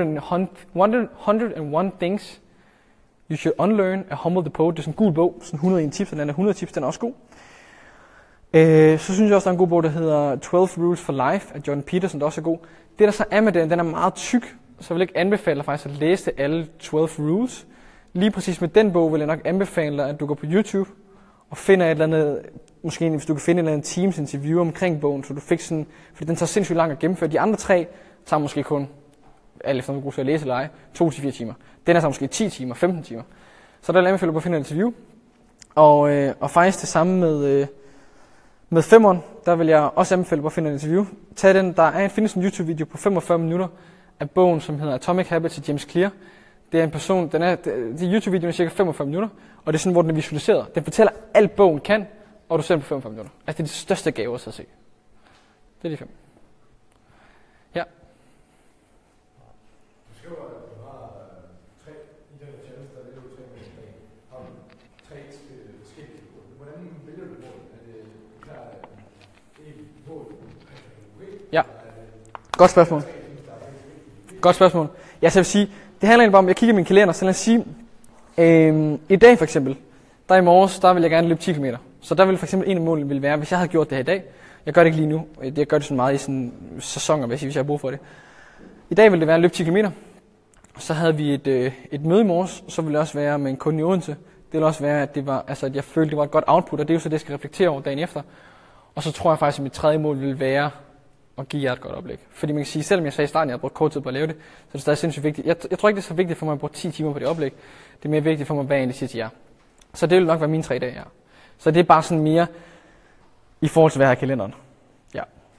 101 Things You Should Unlearn af Humble the Poet. Det er sådan en gul bog, sådan 101 tips, og den er 100 tips, den er også god. Så synes jeg også, der er en god bog, der hedder 12 Rules for Life af Jordan Peterson, der også er god. Det der så er med den er meget tyk, så jeg vil ikke anbefale dig faktisk at læse alle 12 Rules. Lige præcis med den bog vil jeg nok anbefale dig, at du går på YouTube og finder et eller andet, måske hvis du kan finde et eller andet Teams interview omkring bogen, så du fik sådan, fordi den tager sindssygt langt at gennemføre. De andre 3 tager måske kun, alt efter om du skal læse eller ej, 2-4 timer. Den er så måske 10 timer, 15 timer. Så der vil jeg anbefale dig at finde et interview. Og faktisk det samme med 5'eren, der vil jeg også anbefale dig at finde et interview. Tag den, findes en YouTube-video på 45 minutter af bogen, som hedder Atomic Habits af James Clear. Det er en person, YouTube-videoen er cirka 45 minutter, og det er sådan, hvor den er visualiseret. Den fortæller alt bogen kan, og du ser den på 45 minutter. Altså det er de største gaver at se. Det er de 5. Ja. Du skriver, at du har 3 internettjenester, der du har 3 forskellige mål. Hvordan vælger du mål? Er det klart, at et mål? Ja. Godt spørgsmål. Godt spørgsmål. Jeg vil sige, det handler egentlig bare om, jeg kigger i min kalender, så lad os sige, i dag for eksempel, der i morges, der vil jeg gerne løbe 10 km. Så der vil for eksempel en af målene ville være, hvis jeg havde gjort det her i dag, jeg gør det ikke lige nu, jeg gør det sådan meget i sådan sæsoner, hvis jeg har brug for det. I dag ville det være at løbe 10 km. Så havde vi et møde i morges, så ville det også være med en kunde i Odense. Det ville også være, at at jeg følte, det var et godt output, og det er jo så det, jeg skal reflektere over dagen efter. Og så tror jeg faktisk, at mit tredje mål ville være at give jer et godt oplæg. Fordi man kan sige, selvom jeg sagde i starten, at jeg havde brugt kort tid på at lave det, så er det stadig sindssygt vigtigt. Jeg tror ikke, det er så vigtigt for mig at bruge 10 timer på det oplæg. Det er mere vigtigt for mig, hvad jeg egentlig siger til jer. Så det vil nok være mine 3 dage her. Så det er bare sådan mere i forhold til, hvad jeg har i kalenderen. Ja.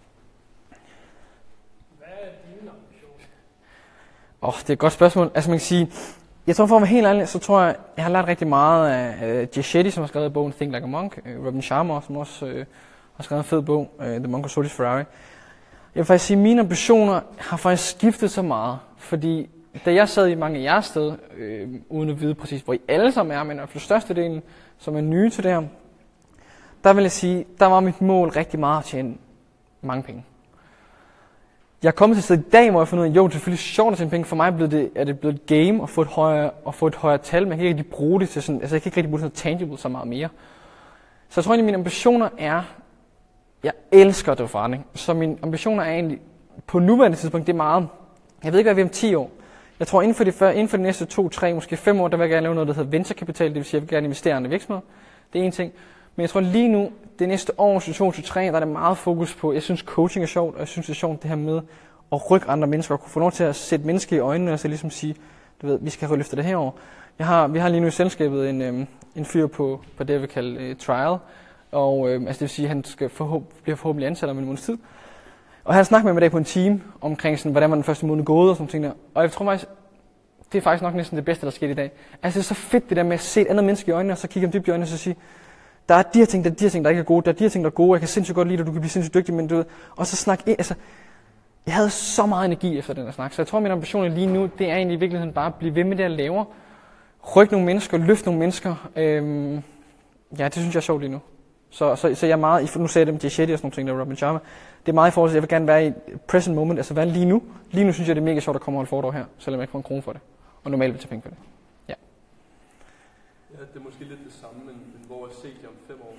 Hvad er dine ambitioner? Det er et godt spørgsmål. Altså man kan sige, jeg tror for at være helt ærlig, så tror jeg har lært rigtig meget af Jay Shetty, som har skrevet bogen Think Like a Monk. Robin Sharma, som også har skrevet en fed bog, The Monk Who Sold His Ferrari. Jeg vil faktisk sige, at mine ambitioner har faktisk skiftet så meget. Fordi da jeg sad i mange af jeres steder, uden at vide præcis, hvor I alle sammen er, men for størstedelen, som er nye til det her, der vil jeg sige, der var mit mål rigtig meget at tjene mange penge. Jeg er kommet til et sted i dag, hvor jeg finder ud af, jo, det er selvfølgelig sjovt at tjene penge. For mig er det blevet et game at få et højere tal. Man kan ikke rigtig bruge det til sådan, altså jeg kan ikke rigtig bruge det til sådan tangible så meget mere. Så jeg tror egentlig, mine ambitioner er, jeg elsker at drive forretning. Så mine ambitioner er egentlig, på nuværende tidspunkt, det er meget, jeg ved ikke, hvad vi om 10 år. Jeg tror, inden for de næste 2, 3, måske 5 år, der vil jeg gerne lave noget, der hedder venturekapital. Det vil sige, at jeg vil gerne investere i andre virksomheder. Det er en ting. Men jeg tror lige nu, det næste år, 2023, der er det meget fokus på, jeg synes coaching er sjovt, og jeg synes det er sjovt det her med at rykke andre mennesker, og kunne få lov til at sætte mennesker i øjnene, og så ligesom sige, du ved, vi skal have løftet det herover. Vi har lige nu i selskabet en fyr på det, jeg vil kalde trial, og altså det vil sige, at han skal bliver forhåbentlig ansat om en måneds tid. Og han snakker med mig i dag på en team omkring, sådan, hvordan var den første måned gået og sådan ting der. Og jeg tror faktisk, det er faktisk nok næsten det bedste, der er sket i dag. Altså det er så fedt det der med at se et andet menneske i øjnene, og så kigge ham dybt i øjnene, og så sige, der er de her ting, der ikke er gode, der er de her ting, der er gode, jeg kan sindssygt godt lide dig, du kan blive sindssygt dygtig, men du ved, og så snakke ind, altså, jeg havde så meget energi efter den her snak, så jeg tror, min ambition lige nu, det er egentlig i virkeligheden bare at blive ved med det, jeg laver, rykke nogle mennesker, løfte nogle mennesker, ja, det synes jeg er sjovt lige nu. Så jeg er meget, nu sagde jeg dem til Shetty og sådan nogle ting, der Robin Sharma, det er meget i forhold til, at jeg vil gerne være i present moment, altså være lige nu. Lige nu synes jeg, det er mega sjovt at komme og holde foredrag her, selvom jeg ikke får en krone for det, og normalt vil tage penge for det. Ja. Ja, det er måske lidt det samme, men hvor er set om 5 år?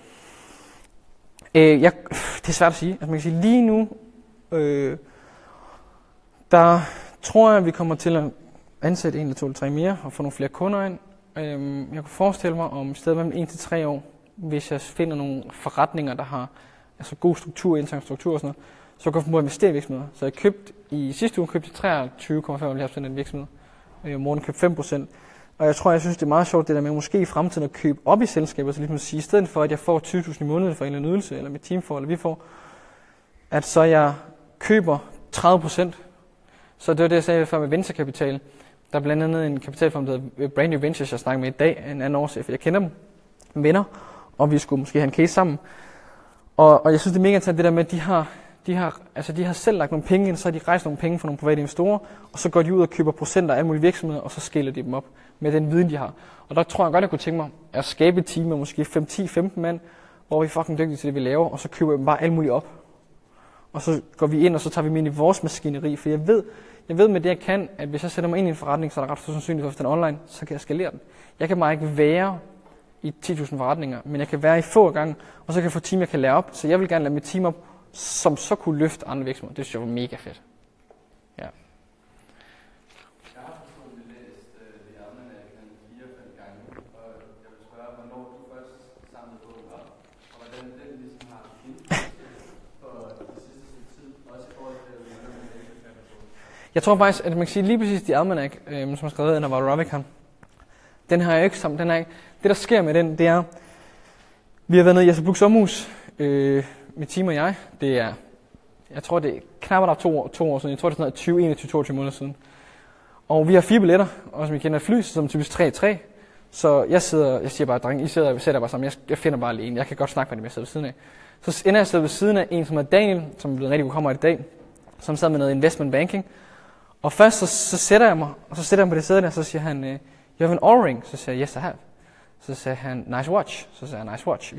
Det er svært at sige. Altså man kan sige, lige nu, der tror jeg, at vi kommer til at ansætte 1 eller 2 eller 3 mere, og få nogle flere kunder ind. Jeg kunne forestille mig om i stedet mellem 1 til 3 år, hvis jeg finder nogle forretninger, der har altså god struktur, intern struktur og sådan noget, så kan jeg få investere i virksomheder. Så jeg købte i sidste uge 23,75% af en virksomhed. Morten købte 5%. Og jeg synes, det er meget sjovt det der med måske i fremtiden at købe op i selskaber, så ligesom at sige, i stedet for at jeg får 20.000 i måneden for en eller anden ydelse, eller mit team får, eller vi får, at så jeg køber 30%. Så det var det, jeg sagde før med venturekapital. Der er blandt andet en kapitalform, der hedder Brand New Ventures, jeg snakker med i dag, en anden årsag, for jeg kender dem, venner, og vi skulle måske have en case sammen. Og jeg synes, det er mega interessant det der med, at de har selv lagt nogle penge ind, så har de rejst nogle penge fra nogle private investorer, og så går de ud og køber procenter af alle mulige virksomheder, og så skiller de dem op med den viden, de har. Og der tror jeg godt, jeg kunne tænke mig at skabe et team med måske 5-10-15 mand, hvor vi er fucking dygtige til det, vi laver, og så køber vi dem bare alt muligt op. Og så går vi ind, og så tager vi dem ind i vores maskineri, for jeg ved med det, jeg kan, at hvis jeg sætter mig ind i en forretning, så er der ret stor sandsynlighed for, at den er online, så kan jeg skalere den. Jeg kan bare ikke være i 10.000 forretninger, men jeg kan være i få gange, og så kan jeg få team, jeg kan lære op. Så jeg vil gerne lade mit team op, som så kunne løfte andre virksomheder. Det synes jeg var mega fedt. Ja. Jeg har personligt læst The Almanac 4-5 gange, og jeg vil spørge, hvornår du først samlede bogen op, og hvordan den ligesom har indflydelse for det sidste tid, også i forhold til, hvordan man læser bogen. Jeg tror faktisk, at man kan sige lige præcis The Almanac, som har skrevet af Naval Ravikant, den har jeg ikke sammen. Det, der sker med den, det er, vi har været nede i Jesper Buchs sommerhus, mit team og jeg. Det er, jeg tror, det er knap 2 år siden. Jeg tror, det er sådan noget 21-22 måneder siden. Og vi har 4 billetter, og som I kender fly, som typisk 3-3. Så jeg siger bare, dreng, vi sætter bare sammen. Jeg finder bare lige en. Jeg kan godt snakke med dem, jeg sidder ved siden af. Så ender jeg sidder ved siden af en, som hedder Daniel, som er blevet rigtig god kommer i dag, som sad med noget investment banking. Og først så sætter jeg mig, og så sætter jeg mig på det sæde der, og så siger han, you have an Oura-ring? Så siger jeg, yes, I have. Så sagde han, nice watch. Så sagde jeg, nice watch.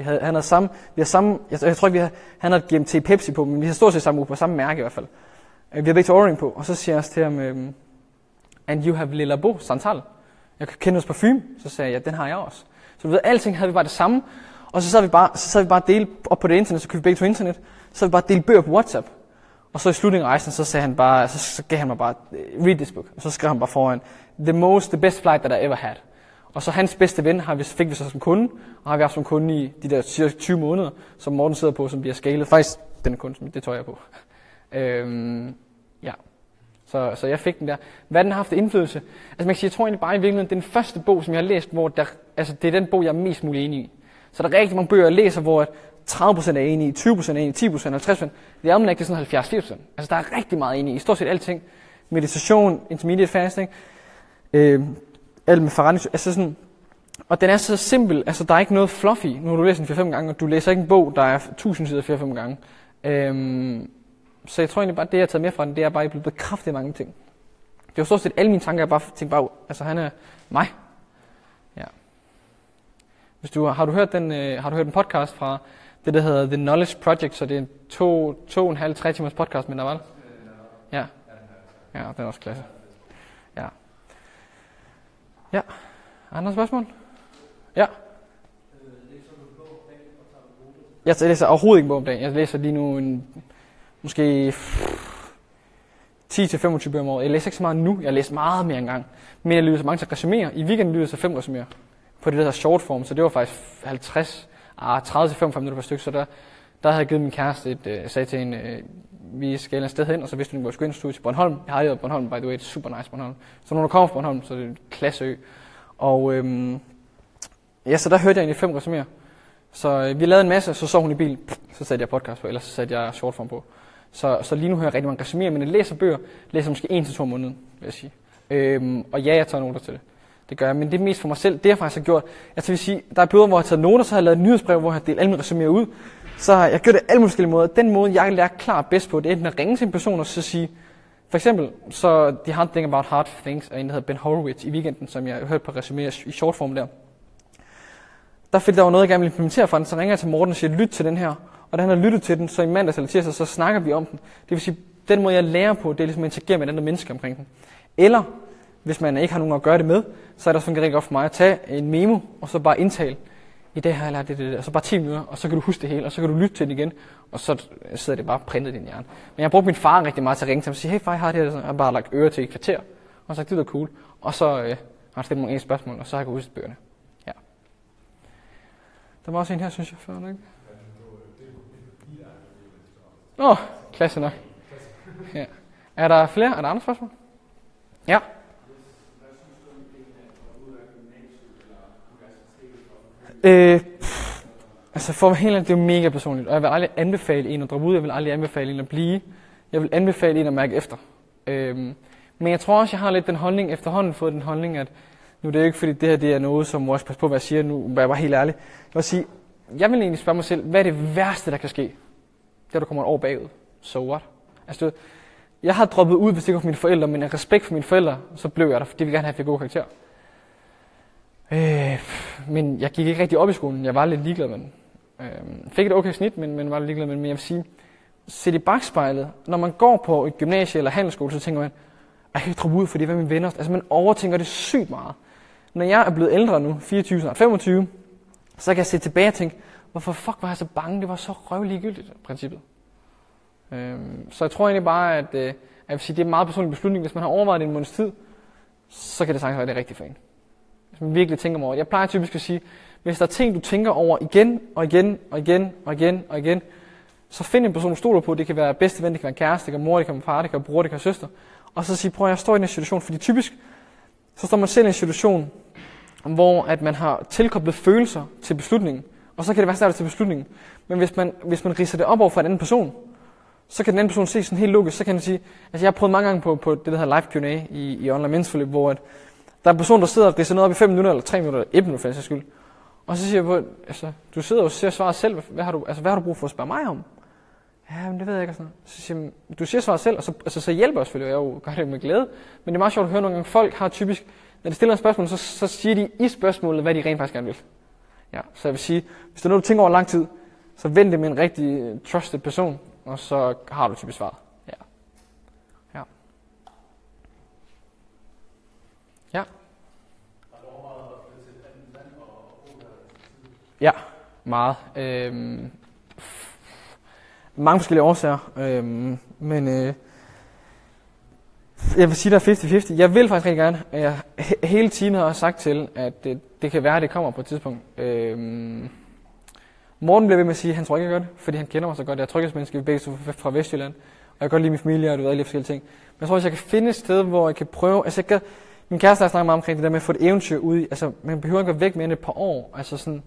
Jeg tror ikke, han havde GMT Pepsi på, men vi har stort set samme på samme mærke i hvert fald. Vi har begge til Oura-ring på, og så siger jeg også til ham, and you have Le Labo Santal. Jeg kender vores parfume. Så sagde jeg, ja, den har jeg også. Så du ved, alting havde vi bare det samme. Og så sad vi bare dele op på det internet, så købte vi begge to internet. Så vi bare dele bøger på WhatsApp. Og så i slutningen af rejsen, så sagde han bare, så gav han mig bare, read this book. Og så skrev han bare foran, the best flight that I ever had. Og så hans bedste ven fik vi så som kunde, og har vi haft som kunde i de der cirka 20 måneder, som Morten sidder på, som bliver skalet. Faktisk den kunde, det tør jeg på. Ja. Så jeg fik den der. Hvad den har haft indflydelse? Altså man kan sige, jeg tror egentlig bare i virkeligheden, den første bog, som jeg har læst, hvor det er den bog, jeg er mest muligt enig i. Så der er rigtig mange bøger, jeg læser, hvor 30% er enige, 20% er enige, 10%, 50%. Det er ikke sådan 70-80%. Altså der er rigtig meget enige i stort set alting. Meditation, intermediate fasting, alt med forretning, altså sådan. Og den er så simpel, altså der er ikke noget fluffy. Nu har du læst den 4-5 gange, og du læser ikke en bog, der er 1000 sider 4-5 gange. Så jeg tror egentlig bare, det jeg har taget med fra den, det er bare, at jeg er blevet bekræftet i mange ting. Det var stort set alle mine tanker, jeg bare tænkte bare, altså han er mig. Ja. Har du hørt en podcast fra det, der hedder The Knowledge Project, så det er en 2,5-3 timers podcast med Naval? Ja. Ja, den er også klasse. Ja. Ja. Andre spørgsmål? Ja. Jeg læser overhovedet ikke en bog om dagen. Jeg læser lige nu måske 10-25 bøger om året. Jeg læser ikke så meget nu. Jeg læser meget mere engang. Men jeg lyder så mange til resuméer. I weekenden lyder så 5 resuméer på det der short form, så det var faktisk 50 30-45 minutter per stykke, så der havde jeg givet min kæreste sagde til hende, vi skal et eller andet sted hen, og så vidste hun, at vi skulle ind og til Bornholm. Jeg har aldrig været på Bornholm, by the way, det er super nice Bornholm. Så når du kommer fra Bornholm, så er det en klasseø. Og så der hørte jeg egentlig 5 resuméer. Så vi lavede en masse, så så hun i bilen, så satte jeg podcast på, eller så satte jeg shortform på. Så lige nu hører jeg rigtig mange resuméer, men jeg læser bøger, læser måske 1 til 2 måneder, vil jeg sige. Og ja, jeg tager noter til det. Det gør jeg, men det er mest for mig selv. Det jeg faktisk har gjort, jeg vil sige, der er bøger, hvor jeg har taget noter, så har jeg lavet et nyhedsbrev, hvor jeg har delt alle mine resuméer ud. Så jeg har gjort det alle forskellige måder. Den måde, jeg lærer klart bedst på, det er enten at ringe til en person og så sige, for eksempel, så The Hard Thing About Hard Things, af en, der hedder Ben Horowitz i weekenden, som jeg hørte på resuméer i shortform der. Der fik der var noget, jeg gerne ville implementere fra den, så ringer jeg til Morten og siger, lyt til den her. Og da han har lyttet til den, så i mandags eller tirsdag, så snakker vi om den. Det vil sige, den måde, jeg lærer på, det er ligesom at interagere med andre mennesker omkring den. Eller, hvis man ikke har nogen at gøre det med, så er der sådan rigtig godt for mig at tage en memo, og så bare indtale. I dag har jeg lært det, og så bare 10 minutter, og så kan du huske det hele, og så kan du lytte til det igen, og så sidder det bare printet i din hjerne. Men jeg har brugt min far rigtig meget til at ringe til ham og sige, hey far, jeg har det her, og jeg har bare lagt øre til et kvarter, og sagt, det er cool. Og så har han stillet nogle spørgsmål, og så har jeg kunnet huske bøgerne. Ja. Der var også en her, synes jeg, før, ikke? Klasse nok. Ja. Er der flere? Er der andre spørgsmål? Ja. Altså for helt andet, det er jo mega personligt, og jeg vil aldrig anbefale en at droppe ud, jeg vil aldrig anbefale en at blive, jeg vil anbefale en at mærke efter. Men jeg tror også, jeg har lidt den holdning, efterhånden fået den holdning, at nu det er jo ikke fordi det her det er noget, som også pas på, hvad jeg siger, nu er jeg bare helt ærlig. Jeg vil sige, jeg vil egentlig spørge mig selv, hvad er det værste, der kan ske? Det er, du kommer et år bagud. So what? Altså, jeg har droppet ud, hvis det ikke var for mine forældre, men af respekt for mine forældre, så blev jeg der, fordi de vil gerne have, at jeg gode karakterer. Men jeg gik ikke rigtig op i skolen. Jeg var lidt ligeglad med den. Fik et okay snit, men var lidt ligeglad med den. Men jeg vil sige, sæt i bagspejlet. Når man går på et gymnasie eller handelsskole, så tænker man, jeg kan ikke droppe ud, fordi hvad er mine venner? Altså man overtænker det sygt meget. Når jeg er blevet ældre nu, 24, snart 25, så kan jeg se tilbage og tænke, hvorfor fuck var jeg så bange? Det var så røvligegyldigt, princippet. Så jeg tror egentlig bare, at jeg vil sige, det er en meget personlig beslutning. Hvis man har overvejet det en måneds tid, så kan det sagtens være, det er rigtigt for en. Hvis man virkelig tænker over. Jeg plejer typisk at sige, hvis der er ting, du tænker over igen og igen og igen og igen og igen, så find en person, du stoler på. Det kan være bedste ven, det kan være kæreste, det kan være mor, det kan være far, det kan være bror, det kan være søster. Og så sige, prøv at jeg står i en situation, fordi typisk, så står man selv i en situation, hvor at man har tilkoblet følelser til beslutningen, og så kan det være svært til beslutningen. Men hvis man ridser det op over for en anden person, så kan den anden person se sådan helt logisk, så kan den sige, altså jeg har prøvet mange gange på det, der hedder live Q&A i online mentorforløb, hvor at der er en person, der sidder og ridser noget op i 5 minutter, eller 3 minutter, eller 1 minut for den skyld. Og så siger jeg på, altså, du sidder og ser svaret selv, hvad har du brug for at spørge mig om? Ja, men det ved jeg ikke. Sådan. Så siger jeg, du siger svaret selv, og så hjælper jeg selvfølgelig, og jeg gør det med glæde. Men det er meget sjovt at høre nogle gange, folk har typisk, når de stiller et spørgsmål, så siger de i spørgsmålet, hvad de rent faktisk gerne vil. Ja, så jeg vil sige, hvis det er noget, du tænker over lang tid, så vend det med en rigtig trusted person, og så har du typisk svaret. Ja. Ja. Ja. Ja, meget. Mange forskellige årsager, men jeg vil sige, der er 50-50. Jeg vil faktisk rigtig gerne. Jeg hele tiden har sagt til, at det kan være, at det kommer på et tidspunkt. Morten bliver ved med at sige, at han tror ikke, jeg gør det, fordi han kender mig så godt. Jeg er tryghedsmenneske, vi begge fra Vestjylland, og jeg kan godt lide min familie, og du ved, alle de forskellige ting. Men jeg tror, hvis jeg kan finde et sted, hvor jeg kan prøve, altså min kæreste har snakket meget omkring det der med at få et eventyr ud i, altså man behøver ikke at gå væk mere end et par år, altså sådan,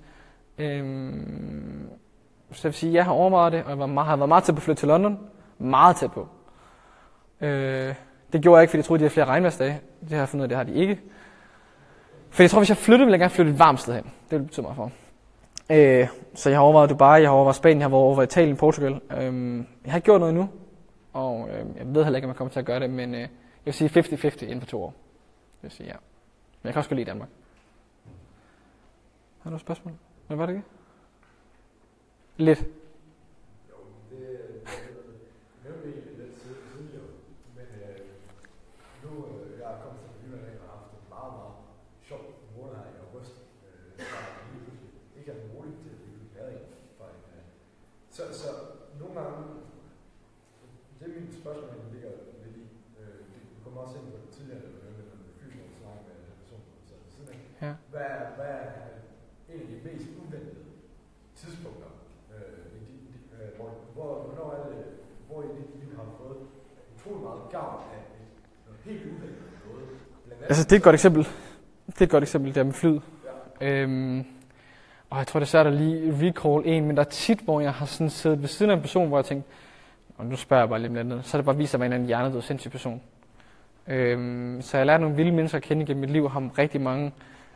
så jeg vil sige, jeg har overvejet det, og jeg har været meget tæt på at flytte til London, meget tæt på. Det gjorde jeg ikke, fordi jeg troede, de havde flere regnværsdage. Det har jeg fundet ud af, det har de ikke. For jeg tror, hvis jeg flyttede, ville jeg gerne flytte et varmt sted hen. Det ville betyde mig for. Så jeg har overvejet Dubai, jeg har overvejet Spanien, jeg har været over Italien, Portugal. Jeg har ikke gjort noget endnu, og jeg ved heller ikke, om jeg kommer til at gøre det, men jeg vil sige 50-50 inden for 2 år. Det vil sige, ja. Men jeg kan også godt lide Danmark. Har du noget spørgsmål? Hvad var det ikke? Lidt. Jo, det nævnte vi lidt tidligere, men nu jeg er kommet til Jylland og har haft en meget, meget sjov måned her i august. Ikke er muligt til at blive lavet for en. Så nogle gange, det er mit spørgsmål, der ligger lidt i. Du kommer også ind på det tidligere, med fysisk og snakke med personen, så ved siden af. Ja. Hvad er en af de mest uventede tidspunkter, hvornår er det, hvor i dit liv har du fået utrolig meget gavn af noget helt uventet noget? Altså det er et godt eksempel. Det er et godt eksempel, der med flyet. Ja. Og jeg tror, det er svært at lige recall en, men der er tit, hvor jeg har sådan siddet ved siden af en person, hvor jeg tænkte, og nu spørger jeg bare lidt andet, så er det bare vist sig, at jeg er en hjernedød sindssyg person. Så jeg har lært nogle vilde mennesker at kende gennem mit liv, og har rigtig mange,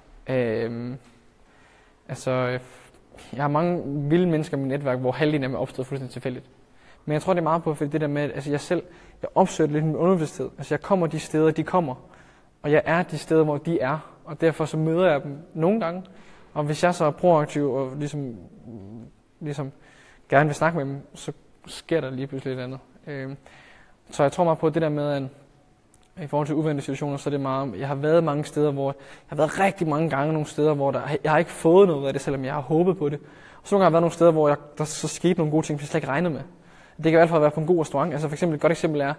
jeg har mange vilde mennesker i mit netværk, hvor halvdelen af dem er opstået fuldstændig tilfældigt. Men jeg tror, det er meget på, fordi det der med, at jeg opsøger lidt min underbevidsthed. Altså jeg kommer de steder, de kommer, og jeg er de steder, hvor de er, og derfor så møder jeg dem nogle gange. Og hvis jeg så er proaktiv og ligesom gerne vil snakke med dem, så sker der lige pludselig lidt andet. Så jeg tror meget på det der med, at i forhold til uventede situationer, så er det meget, jeg har været mange steder, hvor jeg har været rigtig mange gange nogle steder, hvor jeg har ikke fået noget af det, selvom jeg har håbet på det. Og så nogle gange har jeg været nogle steder, hvor der så skete nogle gode ting, jeg slet ikke regnede med. Det kan i hvert fald være på en god restaurant. Altså for eksempel et godt eksempel er,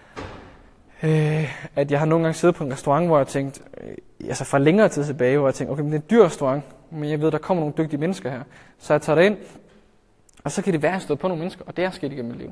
at jeg har nogle gange siddet på en restaurant, hvor jeg tænkte, altså fra længere tid tilbage, hvor jeg tænkte, okay, men det er en dyr restaurant, men jeg ved, der kommer nogle dygtige mennesker her. Så jeg tager det ind, og så kan det være, at jeg støder på nogle mennesker, og det er sket igennem mit liv.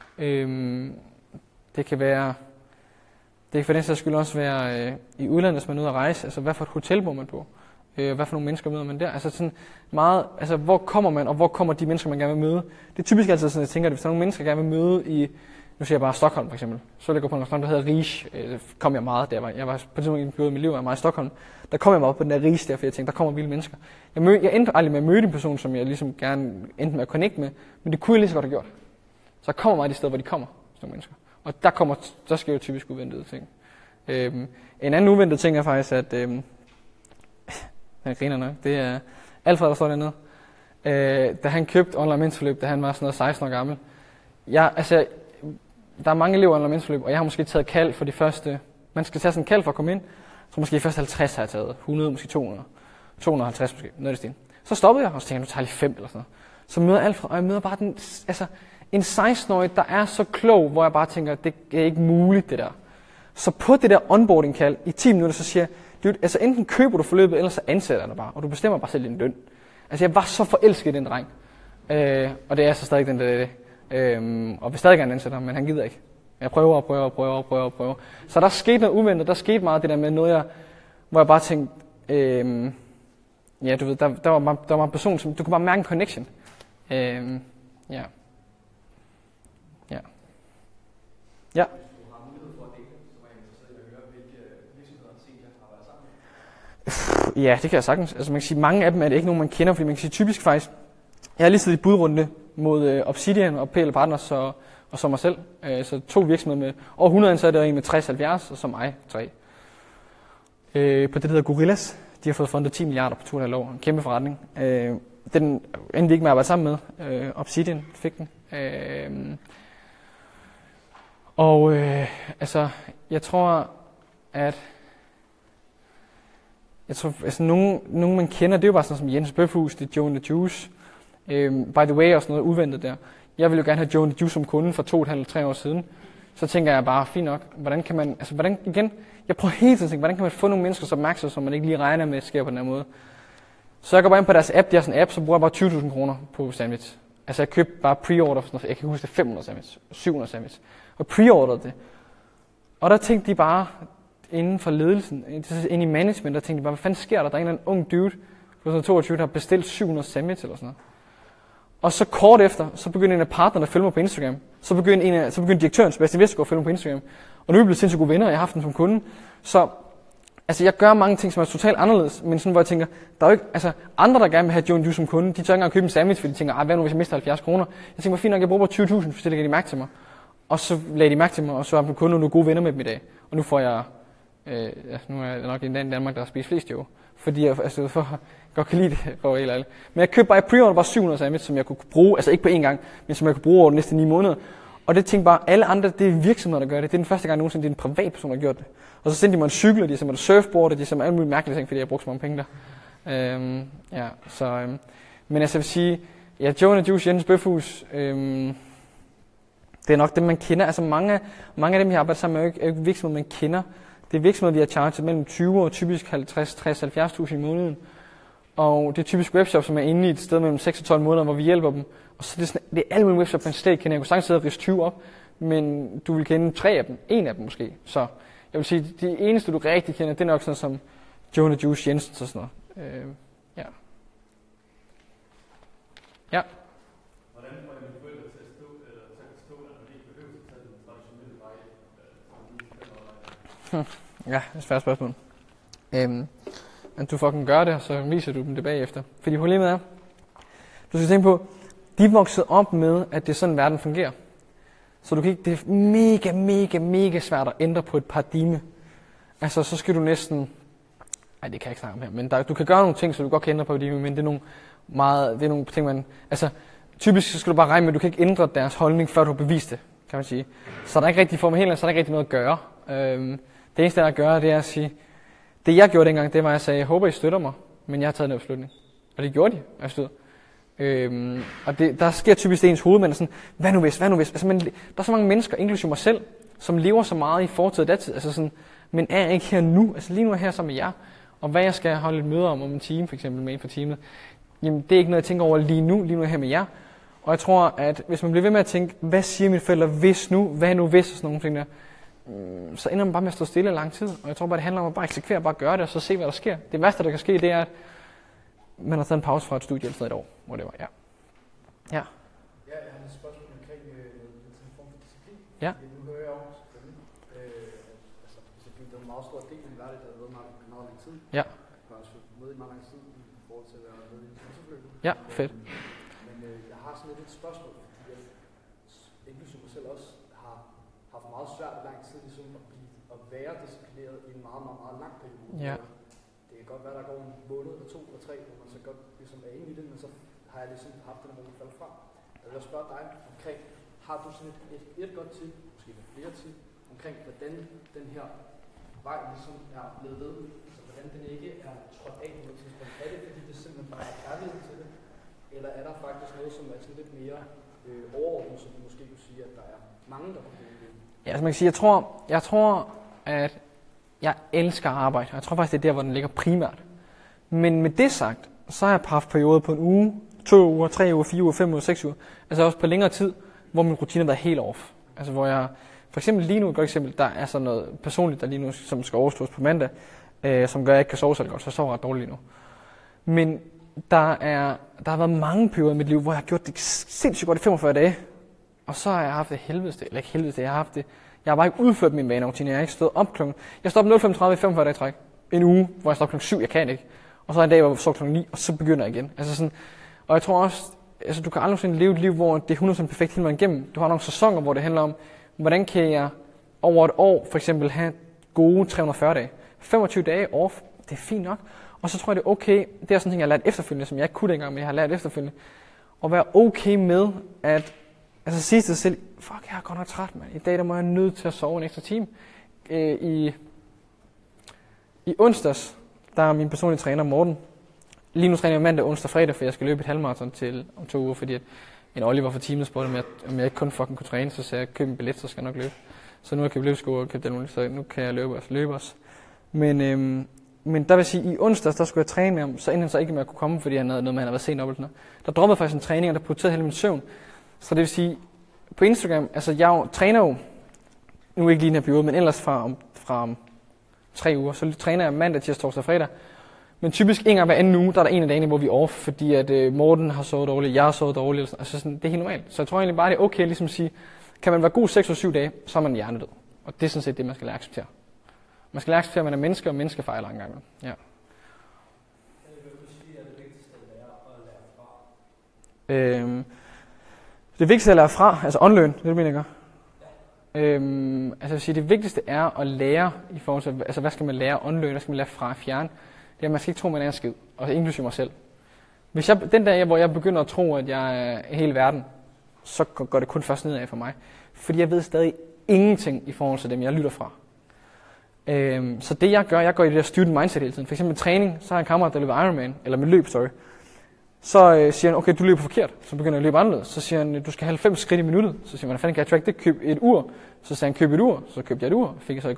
Det kan for den sags skyld også være i udlandet, hvis man er ude at rejse, altså hvad for et hotel bor man på, hvad for nogle mennesker møder man der. Altså sådan meget, altså hvor kommer man, og hvor kommer de mennesker, man gerne vil møde. Det er typisk altid sådan, jeg tænker, at hvis der er nogle mennesker, jeg gerne vil møde i, nu siger jeg bare Stockholm for eksempel, så vil jeg gå på en restaurant, der hedder Riche. Kom jeg meget der, jeg var på tidspunkt i en periode i mit liv, jeg var meget i Stockholm. Der kom jeg meget op på den der Riche der, for jeg tænkte, der kommer vilde mennesker. Jeg endte aldrig med at møde en person, som jeg ligesom gerne endte med at connecte med, men det kunne jeg lige så godt have gjort. Så jeg kommer meget de steder, hvor de kommer, sådan nogle mennesker. Og der sker jo typisk uventede ting. En anden uventet ting er faktisk, at den griner nok, det er Alfred, der står dernede. Da han købte online mentorforløb, da han var sådan noget 16 år gammel. Der er mange elever i online mentorforløb, og jeg har måske taget kald for de første. Man skal tage sådan en kald for at komme ind. Så måske de første 50 har jeg taget. 100, måske 200. 250 måske, noget af det stil. Så stoppede jeg, og så tænkte jeg, nu tager jeg lige 5 eller sådan noget. Så møder Alfred, og jeg møder bare en 16-årig, der er så klog, hvor jeg bare tænker, det er ikke muligt det der. Så på det der onboarding-kald i 10 minutter, så siger jeg, altså enten køber du forløbet, eller så ansætter jeg dig bare, og du bestemmer bare selv din løn. Altså jeg var så forelsket i den dreng, og det er så stadig den der og vil stadig gerne ansætte ham, men han gider ikke. Jeg prøver. Så der skete noget uventet, der skete meget det der med noget, hvor jeg bare tænkte, ja du ved, der var en person, som du kunne bare mærke en connection. Ja. Ja, det kan jeg sagtens. Altså man kan sige, mange af dem er det ikke nogen, man kender, fordi man kan sige typisk faktisk, jeg har lige siddet i budrunde mod Obsidian og PL Partners og så mig selv. Så 2 virksomheder med over 100 ansatte og en med 60-70, og så mig 3. På det, der hedder Gorillas. De har fået fundet 10 milliarder på 2,5 år. En kæmpe forretning. Den endte vi ikke med at arbejde sammen med. Obsidian fik den. Jeg tror, altså nogen man kender, det er jo bare sådan som Jens Bøfhus, det er Joe and the Juice. By the way, også noget uventet der. Jeg ville jo gerne have Joe and the Juice som kunde for 2,5-3 år siden. Så tænker jeg bare, fint nok, jeg prøver hele tiden at tænke, hvordan kan man få nogle menneskers opmærksomhed, som man ikke lige regner med, sker på den her måde. Så jeg går bare ind på deres app, de har sådan en app, så bruger jeg bare 20.000 kroner på sandwich. Altså jeg købte bare pre-order for sådan noget, jeg kan huske det 500 sandwich, 700 sandwich, og pre-orderede det. Og der tænkte de bare, inden for ledelsen, inde i management, der tænkte de bare, hvad fanden sker der? Der er en eller anden ung dude på sådan 22, der har bestilt 700 sandwich eller sådan noget. Og så kort efter, så begyndte en af partnerne at følge mig på Instagram. Så begyndte direktøren, Sebastian Vestergaard, at følge mig på Instagram. Og nu er vi blevet sindssygt gode venner, og jeg har haft den som kunde. Så altså, jeg gør mange ting, som er totalt anderledes, men sådan, hvor jeg tænker, der er jo ikke, altså andre, der gerne vil have Joe and Juice som kunde, de tør ikke engang købe en sandwich, fordi de tænker, hvad nu, hvis jeg mister 70 kroner? Jeg tænker, fint nok, jeg bruger 20.000, for det lægger de mærke til mig. Og så lagde de mærke til mig, og så har jeg kunde, og nu er gode venner med dem i dag. Og nu får jeg, nu er jeg nok en dag i Danmark, der har spist flest jo. Fordi jeg godt kan lide det, for helt ærligt. Men jeg købte bare i pre-order bare 700 sandwich, som jeg kunne bruge, altså ikke på én gang, men som jeg kunne bruge over de næste 9 måneder. Og det tænkte bare, alle andre, det er virksomheder, der gør det. Det er den første gang nogensinde, det er en privatperson, der har gjort det. Og så sendte de mig en cykel, og de sendte mig et surfboard, og de sendte mig alle mulige mærkelige ting, fordi jeg brugte så mange penge der. Men altså jeg vil sige, ja, Joe and the Juice, Jens Bøfhus, det er nok dem, man kender. Altså mange af dem, jeg arbejder sammen med, er jo ikke virksomheder, man kender. Det er virksomheder, vi har charget mellem 20 og typisk 50, 60, 70.000 i måneden. Og det er typisk webshop, som er inde i et sted mellem 6 og 12 måneder, hvor vi hjælper dem. Og så det er alle mulige webshop, man slet ikke kender. Jeg kunne sagtens sidde og ridse 20 op, men du vil kende 3 af dem, 1 af dem måske. Så jeg vil sige, det eneste, du rigtig kender, det er nok sådan som Jonah Juice Jensen og sådan noget. Ja. Ja. Hvordan får jeg mine forældre til at stå, at man ikke behøver at tage den traditionelle vej? Ja, det er et svært spørgsmål. Men du fucking gør det, og så viser du dem det bagefter. Fordi problemet er, du skal tænke på, de er vokset op med, at det er sådan, verden fungerer. Så du kan ikke, det er mega svært at ændre på et paradigme. Altså, så skal du næsten... Nej, det kan jeg ikke snakke om her, men du kan gøre nogle ting, så du godt kan ændre på paradigme, men det er nogle ting, man... Altså, typisk så skal du bare regne med, at du kan ikke ændre deres holdning, før du har bevist det, kan man sige. Så der er ikke rigtig for mig helt, så er der ikke rigtig noget at gøre. Det eneste, der er at gøre, det er at sige... Det jeg gjorde dengang, det var, at jeg sagde, jeg håber, I støtter mig, men jeg har taget en beslutning. Og det gjorde de, og jeg stod. Og der sker typisk det i ens hoved, men sådan, hvad nu hvis? Altså, der er så mange mennesker, inklusive mig selv, som lever så meget i fortid og datid, altså sådan, men er ikke her nu, altså lige nu er her sammen med jer, og hvad jeg skal holde et møde om en time, for eksempel med en for teamet, jamen det er ikke noget, jeg tænker over lige nu er her med jer. Og jeg tror, at hvis man bliver ved med at tænke, hvad siger mine forældre, hvis nu, hvad nu hvis, og sådan nogle ting der, så ender man bare med at stå stille i lang tid. Og jeg tror bare, det handler om at bare eksekvere, bare gøre det, og så se, hvad der sker. Det værste, der kan ske, det er, at man har taget en pause fra et studie eller et år, hvor det var, ja. Ja, jeg har et spørgsmål omkring en form for disciplin. Ja. Nu hører jeg jo selvfølgelig, altså disciplin, det er en meget stor del af min hverdag, der har været meget lang tid. Ja. Jeg har også med i meget lang tid i forhold til at være med i intensivrøbet. Ja, fedt. Men jeg har sådan et spørgsmål, fordi jeg inklusive mig selv også har haft meget svært lang tid ligesom at være disciplineret i en meget lang periode. Ja. Det kan godt være, der går en måned eller 2 eller 3, hvor man så godt ligesom er inde i det, men så har jeg ligesom haft den, hvor man falder fra. Jeg vil spørge dig omkring, har du sådan et godt tip, måske med flere tip, omkring hvordan den her vej ligesom er blevet ved, altså hvordan den ikke er trådt af på noget tidspunkt. Er det fordi det simpelthen bare er kærlighed til det, eller er der faktisk noget, som er sådan lidt mere overordnet, som du måske kunne sige, at der er mange, der kunne bruge det? Ja, altså man kan sige, jeg tror, at jeg elsker at arbejde. Jeg tror faktisk, det er der, hvor den ligger primært. Men med det sagt, så har jeg haft perioder på en uge, 2 uger, 3 uger, 4 uger, 5 uger, 6 uger. Altså også på længere tid, hvor min rutine har været helt off. Altså hvor jeg, for eksempel lige nu, et godt eksempel, der er sådan noget personligt, der lige nu, som skal overstås på mandag, som gør, at jeg ikke kan sove så godt, så jeg sover ret dårligt lige nu. Men der har været mange perioder i mit liv, hvor jeg har gjort det sindssygt godt i 45 dage. Og så har jeg haft det helvedeste, eller ikke helvedeste, jeg har bare ikke udført min vanerutine. Jeg har ikke stået op klokken. Jeg står op 0:35 i 45 dage træk. En uge, hvor jeg står klokken 7, jeg kan ikke. Og så en dag, hvor jeg står klokken 9, og så begynder jeg igen. Altså sådan, og jeg tror også, altså du kan aldrig sådan leve et liv, hvor det er 100% perfekt hele vejen igennem. Du har nogle sæsoner, hvor det handler om, hvordan kan jeg over et år for eksempel have gode 340 dage. 25 dage off, det er fint nok. Og så tror jeg, det er okay, det er sådan ting, jeg har lært efterfølgende, som jeg ikke kunne dengang, men jeg har lært efterfølgende. At være okay med, at altså sige til sig selv, fuck, jeg er godt nok træt, mand. I dag der må jeg nødt til at sove en ekstra time. I onsdags, der er min personlige træner Morten. Lige nu træner jeg mandag, onsdag, fredag, for jeg skal løbe et halvmarathon til om 2 uger, fordi at en Oliver fra teamet spurgte, om jeg ikke kun fucking kunne træne, så sagde jeg, køb en billet, så skal jeg nok løbe. Så nu har jeg købt løbesko og købt den muligt, så nu kan jeg løbe også. Men der vil sige, i onsdags, der skulle jeg træne med ham, så endte han så ikke med at kunne komme, fordi han havde noget med, han havde været sent op eller sådan noget. Der droppede jeg faktisk en træning, og der prioriterede hele min søvn. Så det vil sige, på Instagram, altså jeg træner jo, nu ikke lige den her periode, men ellers fra 3 uger, så træner jeg mandag, tirsdag, torsdag og fredag. Men typisk en gang hver anden uge, der er der en af dagene, hvor vi er off, fordi at Morten har sovet dårligt, jeg har sovet dårligt, altså sådan, det er helt normalt. Så jeg tror egentlig bare, det er okay ligesom at sige, kan man være god 6 eller 7 dage, så er man hjernedød. Og det er sådan set det, man skal lære at acceptere. Man skal lære at acceptere, at man er menneske, og mennesker fejler en gang. Ja. Det vigtigste at lære fra, altså åndløn, det er det, mener jeg gør. Altså jeg vil sige, det vigtigste er at lære i forhold til, altså hvad skal man lære åndløn, hvad skal man lære fra at fjerne. Det er, at man skal ikke tro, man er en skid, og inklusive mig selv. Hvis jeg, den dag, hvor jeg begynder at tro, at jeg er hele verden, så går det kun først nedad for mig. Fordi jeg ved stadig ingenting i forhold til dem, jeg lytter fra. Så det jeg går i det der student mindset hele tiden. For eksempel med træning, så har jeg en kammerat, der løber Ironman, eller med løb, sorry. Så siger han, okay, du løber forkert. Så begynder jeg at løbe anderledes. Så siger han, du skal have 90 skridt i minuttet. Så siger man, hvordan fanden kan jeg track det? Køb et ur. Så sagde han, køb et ur. Så købte jeg et ur. Fik jeg så i går.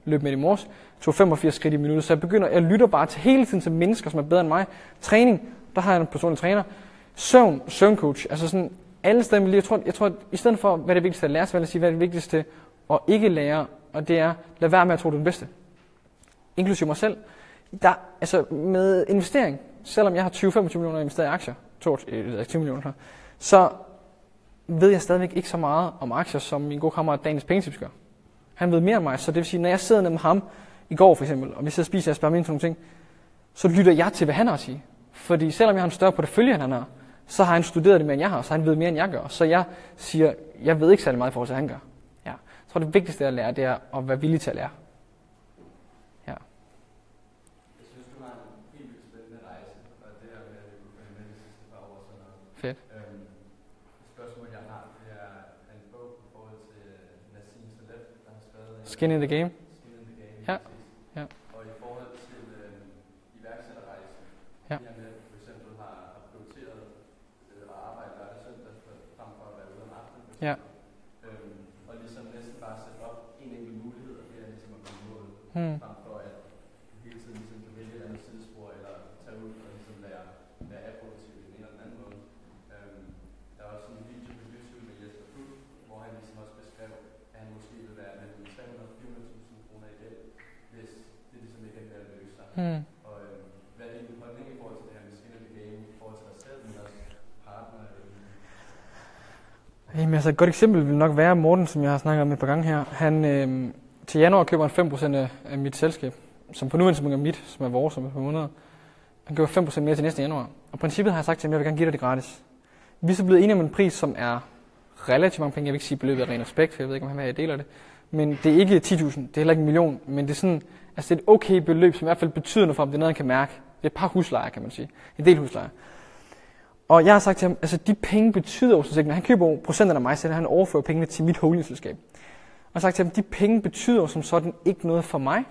løb med i morges, tog 85 skridt i minuttet, så jeg lytter bare til hele tiden til mennesker, som er bedre end mig. Træning, der har jeg en personlig træner. Søvncoach, altså sådan alle steder i mit liv. Jeg tror, at i stedet for, hvad det vigtigste at lære, så vil jeg sige, hvad det vigtigste at ikke lære, og det er, lad være med at tro, du er den bedste. Inklusive mig selv. Altså med investering, selvom jeg har 20-25 millioner investeret i aktier, 20 millioner, så ved jeg stadigvæk ikke så meget om aktier, som min gode kammerat Daniels Pengetips gør. Han ved mere end mig, så det vil sige, når jeg sidder nede med ham i går for eksempel, og vi sidder og spiser og spørger mig ind til nogle ting, så lytter jeg til, hvad han har at sige. Fordi selvom jeg har en større portefølje, end han har, så har han studeret det mere, end jeg har, så han ved mere, end jeg gør. Så jeg siger, jeg ved ikke særlig meget i forhold til, hvad han gør. Ja. Jeg tror, det vigtigste at lære, det er at være villig til at lære. Ja. Jeg synes, du har en helt vildt spændende rejse, og det er med, at du kan med de sidste par år og sådan noget. Fedt. Et spørgsmål, jeg har, det er en bog i forhold til Nassim Taleb, der har skrevet Skin in the Game. Skin in the Game. Ja. Præcis. Ja. Og i forhold til iværksætterrejsen, Ja. det her med, at du for eksempel har prioriteret at arbejde lørdag og søndag frem for at være ude om aftenen. Ja. Og ligesom næsten bare sætte op en enkelt mulighed, og det er ligesom at komme mål, frem for at du hele tiden ligesom kan vælge et andet sidespor, eller tage ud og ligesom være aproperativ i den ene eller den anden måde. Der er også en video på YouTube med Jesper Buch, hvor han ligesom også beskrev, at han måske vil være mellem 300-400.000 kroner i gæld, hvis det ligesom ikke er ved at løse sig. Og hvad er din holdning i forhold til det her med skin in the game, i forhold til dig selv, men også partner? Jamen, altså et godt eksempel vil nok være Morten, som jeg har snakket om et par gange her. Han til januar køber han 5% af mit selskab, som på nuværende tidspunkt er mit, som er vores, som er på måneder. Han køber 5% mere til næste januar. Og princippet har jeg sagt til ham, jeg vil gerne give dig det gratis. Vi er så blevet enige om en pris, som er relativt mange penge. Jeg vil ikke sige beløbet af ren respekt, for jeg ved ikke, om han deler det. Men det er ikke 10.000, det er heller ikke 1 million, men det er sådan, altså det er et okay beløb, som i hvert fald betyder noget for ham. Det er noget, han kan mærke. Det er et par huslejer, kan man sige. En del huslejer. Og jeg har sagt til ham, altså de penge betyder jo sådan set, når han køber procenterne af mig, så han overfører pengene til mit holdingselskab. Og jeg har sagt til ham, de penge betyder som sådan ikke noget for mig.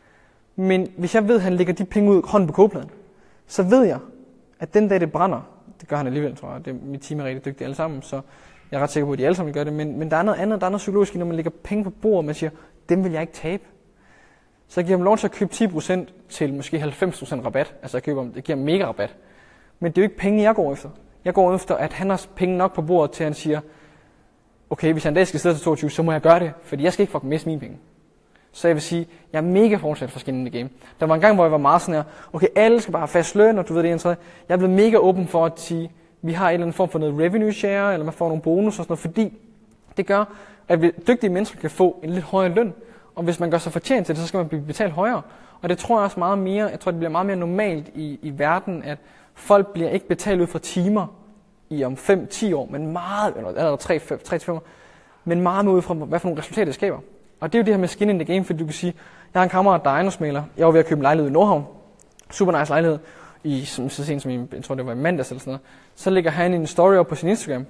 Men hvis jeg ved, at han lægger de penge ud hånden på kogepladen, så ved jeg, at den dag det brænder, det gør han alligevel, tror jeg. Mit team er rigtig dygtige alle sammen, så jeg er ret sikker på, at de alle sammen gør det. Men der er noget andet, der er noget psykologisk, når man lægger penge på bordet, og man siger, dem vil jeg ikke tabe. Så jeg giver ham lov til at købe 10% til måske 90% rabat. Altså jeg giver ham mega rabat. Men det er jo ikke penge, jeg går efter. Jeg går efter, at han har penge nok på bordet til, at han siger, okay, hvis jeg en dag skal sidde til 22, så må jeg gøre det, fordi jeg skal ikke fucking miste mine penge. Så jeg vil sige, jeg er mega fortsat for skin in the game. Der var en gang, hvor jeg var meget sådan her, okay, alle skal bare have fast løn, og du ved det ene tredje. Jeg er blevet mega åben for at sige, vi har en eller anden form for noget revenue share, eller man får nogle bonus og sådan noget, fordi det gør, at dygtige mennesker kan få en lidt højere løn. Og hvis man gør sig fortjent til det, så skal man blive betalt højere. Og det tror jeg også meget mere, jeg tror, det bliver meget mere normalt i verden, at folk bliver ikke betalt ud fra timer i om 5-10 år, men meget, eller 3-5 år, men meget mere ud fra, hvad for nogle resultater det skaber. Og det er jo det her med skin in the game, fordi du kan sige, jeg har en kammerat, der er ejendomsmægler. Jeg var ved at købe en lejlighed i Nordhavn. Super nice lejlighed. Så sent som jeg tror det var i mandags eller sådan noget. Så lægger han en story op på sin Instagram.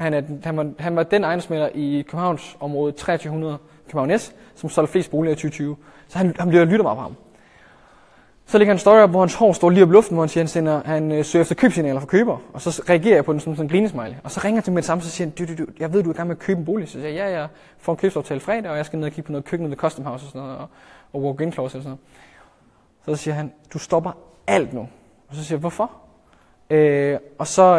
Han var den ejendomsmægler i Københavnsområdet 2300 København S, som solgte flest boliger i 2020. Så han bliver lytter meget på ham. Så lægger han en story op, hvor hans hår står lige op i luften, hvor han siger, han søger efter købsignaler for køber. Og så reagerer jeg på den som sådan en grinesmiley. Og så ringer han til mig det samme, så siger han, jeg ved, du er i gang med at købe en bolig. Så siger jeg, ja, jeg får en købsaftale fredag, og jeg skal ned og kigge på noget køkken ved Custom House og sådan noget, og walk-in closet og sådan noget. Så siger han, du stopper alt nu. Og så siger jeg, hvorfor? Og så,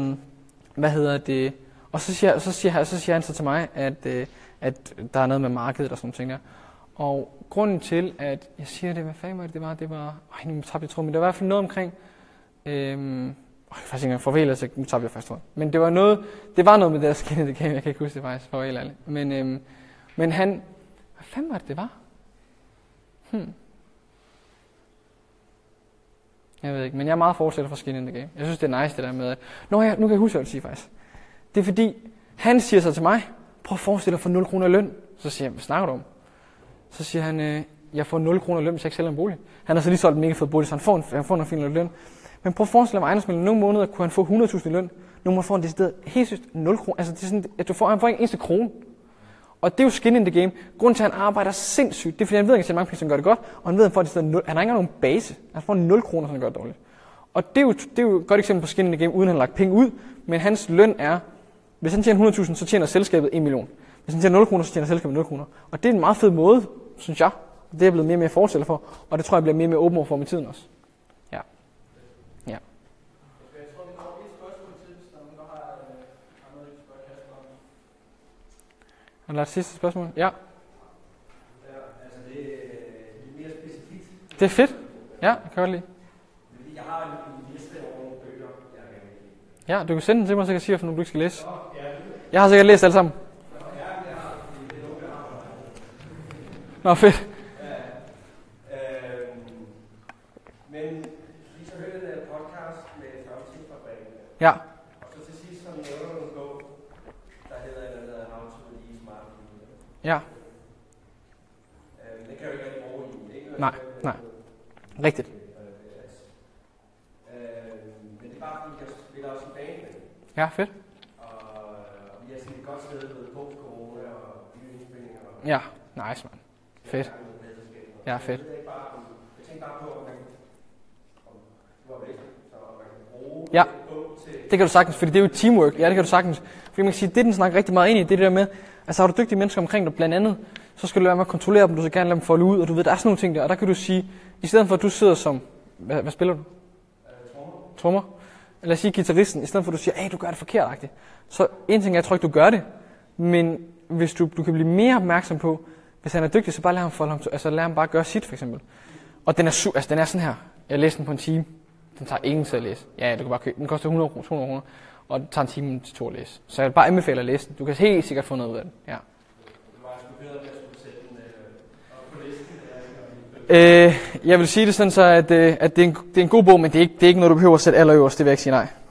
Og så siger han så til mig, at der er noget med markedet og sådan nogle ting der. Og grunden til, at jeg siger det, hvad fanden var det? Det var nu tabte jeg tråden, men det var i hvert fald noget omkring, jeg kan faktisk ikke engang forvælde, så nu tabte jeg faktisk tråden. Men det var noget med det der skin in the game, jeg kan ikke huske det faktisk, for helt ærligt. Men han, hvad fanden var det var? Jeg ved ikke, men jeg er meget fortsætter for skin in the game. Jeg synes, det er nice det der med, at nu kan jeg huske, hvad jeg vil sige faktisk. Det er fordi, han siger så til mig, prøv at forestille dig at få 0 kroner løn. Så siger jeg, hvad snakker du om? Så siger han, jeg får 0 kroner løn, hvis jeg ikke sælger en bolig. Han har så lige solgt en mega fed bolig, så han får noget fin løn. Men prøv at forestille dig, at ejendomsmægler nogle måneder kunne han få 100.000 i løn. Nogle måneder får han decideret helt sygt 0 kroner. Altså det er sådan, at han får ikke eneste krone. Og det er jo skin in the game. Grunden til, at han arbejder sindssygt, det er fordi, han ved, at mange penge, som gør det godt, og han ved, at han får det 0. Han har ikke engang nogen base. Han får 0 kroner, som han gør det dårligt. Og det er jo et godt eksempel på skin in the game, uden han har lagt penge ud. Men hans løn er, hvis han tjener 100.000, så tjener selskabet 1 million. Hvis han tjener 0 kroner, så tjener selskabet 0 kroner. Og det er en meget fed måde, synes jeg. Det er jeg blevet mere og mere fortæller for, og det tror jeg bliver mere og mere åben over for med tiden også. Ja. Ja. Jeg tror, vi har et spørgsmål til, hvis der er nogen, der har noget, de spørger Kasper om. Har du et sidste spørgsmål? Ja. Ja, altså det er lidt mere specifikt. Det er fedt. Ja, jeg kan godt lide. Fordi jeg har en liste over nogle bøger, jeg gerne vil lide. Ja, du kan sende den til mig, så kan jeg sige, for nogle du ikke skal læse. Ja, Jeg har sikkert læst alle sammen. ja, det har det er nogle, jeg har. Nå, fedt. Men lige så hørte jeg en podcast med Fremtidsfabrikken. Ja. Og så til sidst så nævner du en bog, der hedder How to Be Smart. Ja. Det kan jo ikke rigtig bruge i, ikke? Nej. Rigtigt. Men det er bare fordi, jeg spiller også i band med. Ja, fedt. Og vi er sådan et godt sted med post-corona og nye indspillinger. Ja, nice, man. Fedt. Ja, fedt. Jeg tænkte bare på, om du var væk, så man kan bruge Ja. den bog til... Det kan du sagtens, fordi det er jo teamwork. Ja, det kan du sagtens. Fordi man kan sige, det den snakker rigtig meget ind i, det er det der med, altså har du dygtige mennesker omkring dig, blandt andet, så skal du være med at kontrollere dem, du skal gerne lade dem folde ud, og du ved, der er sådan nogle ting der, og der kan du sige, i stedet for at du sidder som, hvad spiller du? Trommer. Lad os sige guitaristen, i stedet for at du siger, hey, du gør det forkert-agtigt. Så en ting er, jeg tror ikke, du gør det, men hvis du kan blive mere opmærksom på, hvis han er dygtig, så bare lad ham folde ham, altså lad ham bare gøre sit, for eksempel. Og den er, den er sådan her. Jeg læste den på en time. Den tager ingen tid at læse. Ja, du kan bare købe. Den koster 100 kroner, og det tager en time til 2 at læse. Så jeg vil bare anbefale at læse den. Du kan helt sikkert få noget ud af den. Ja. Det var sgu bedre, at jeg skulle sætte den op på listen. Jeg vil sige det sådan så, at det er en god bog, men det er ikke noget, du behøver at sætte allerøverst. Det vil jeg ikke sige nej.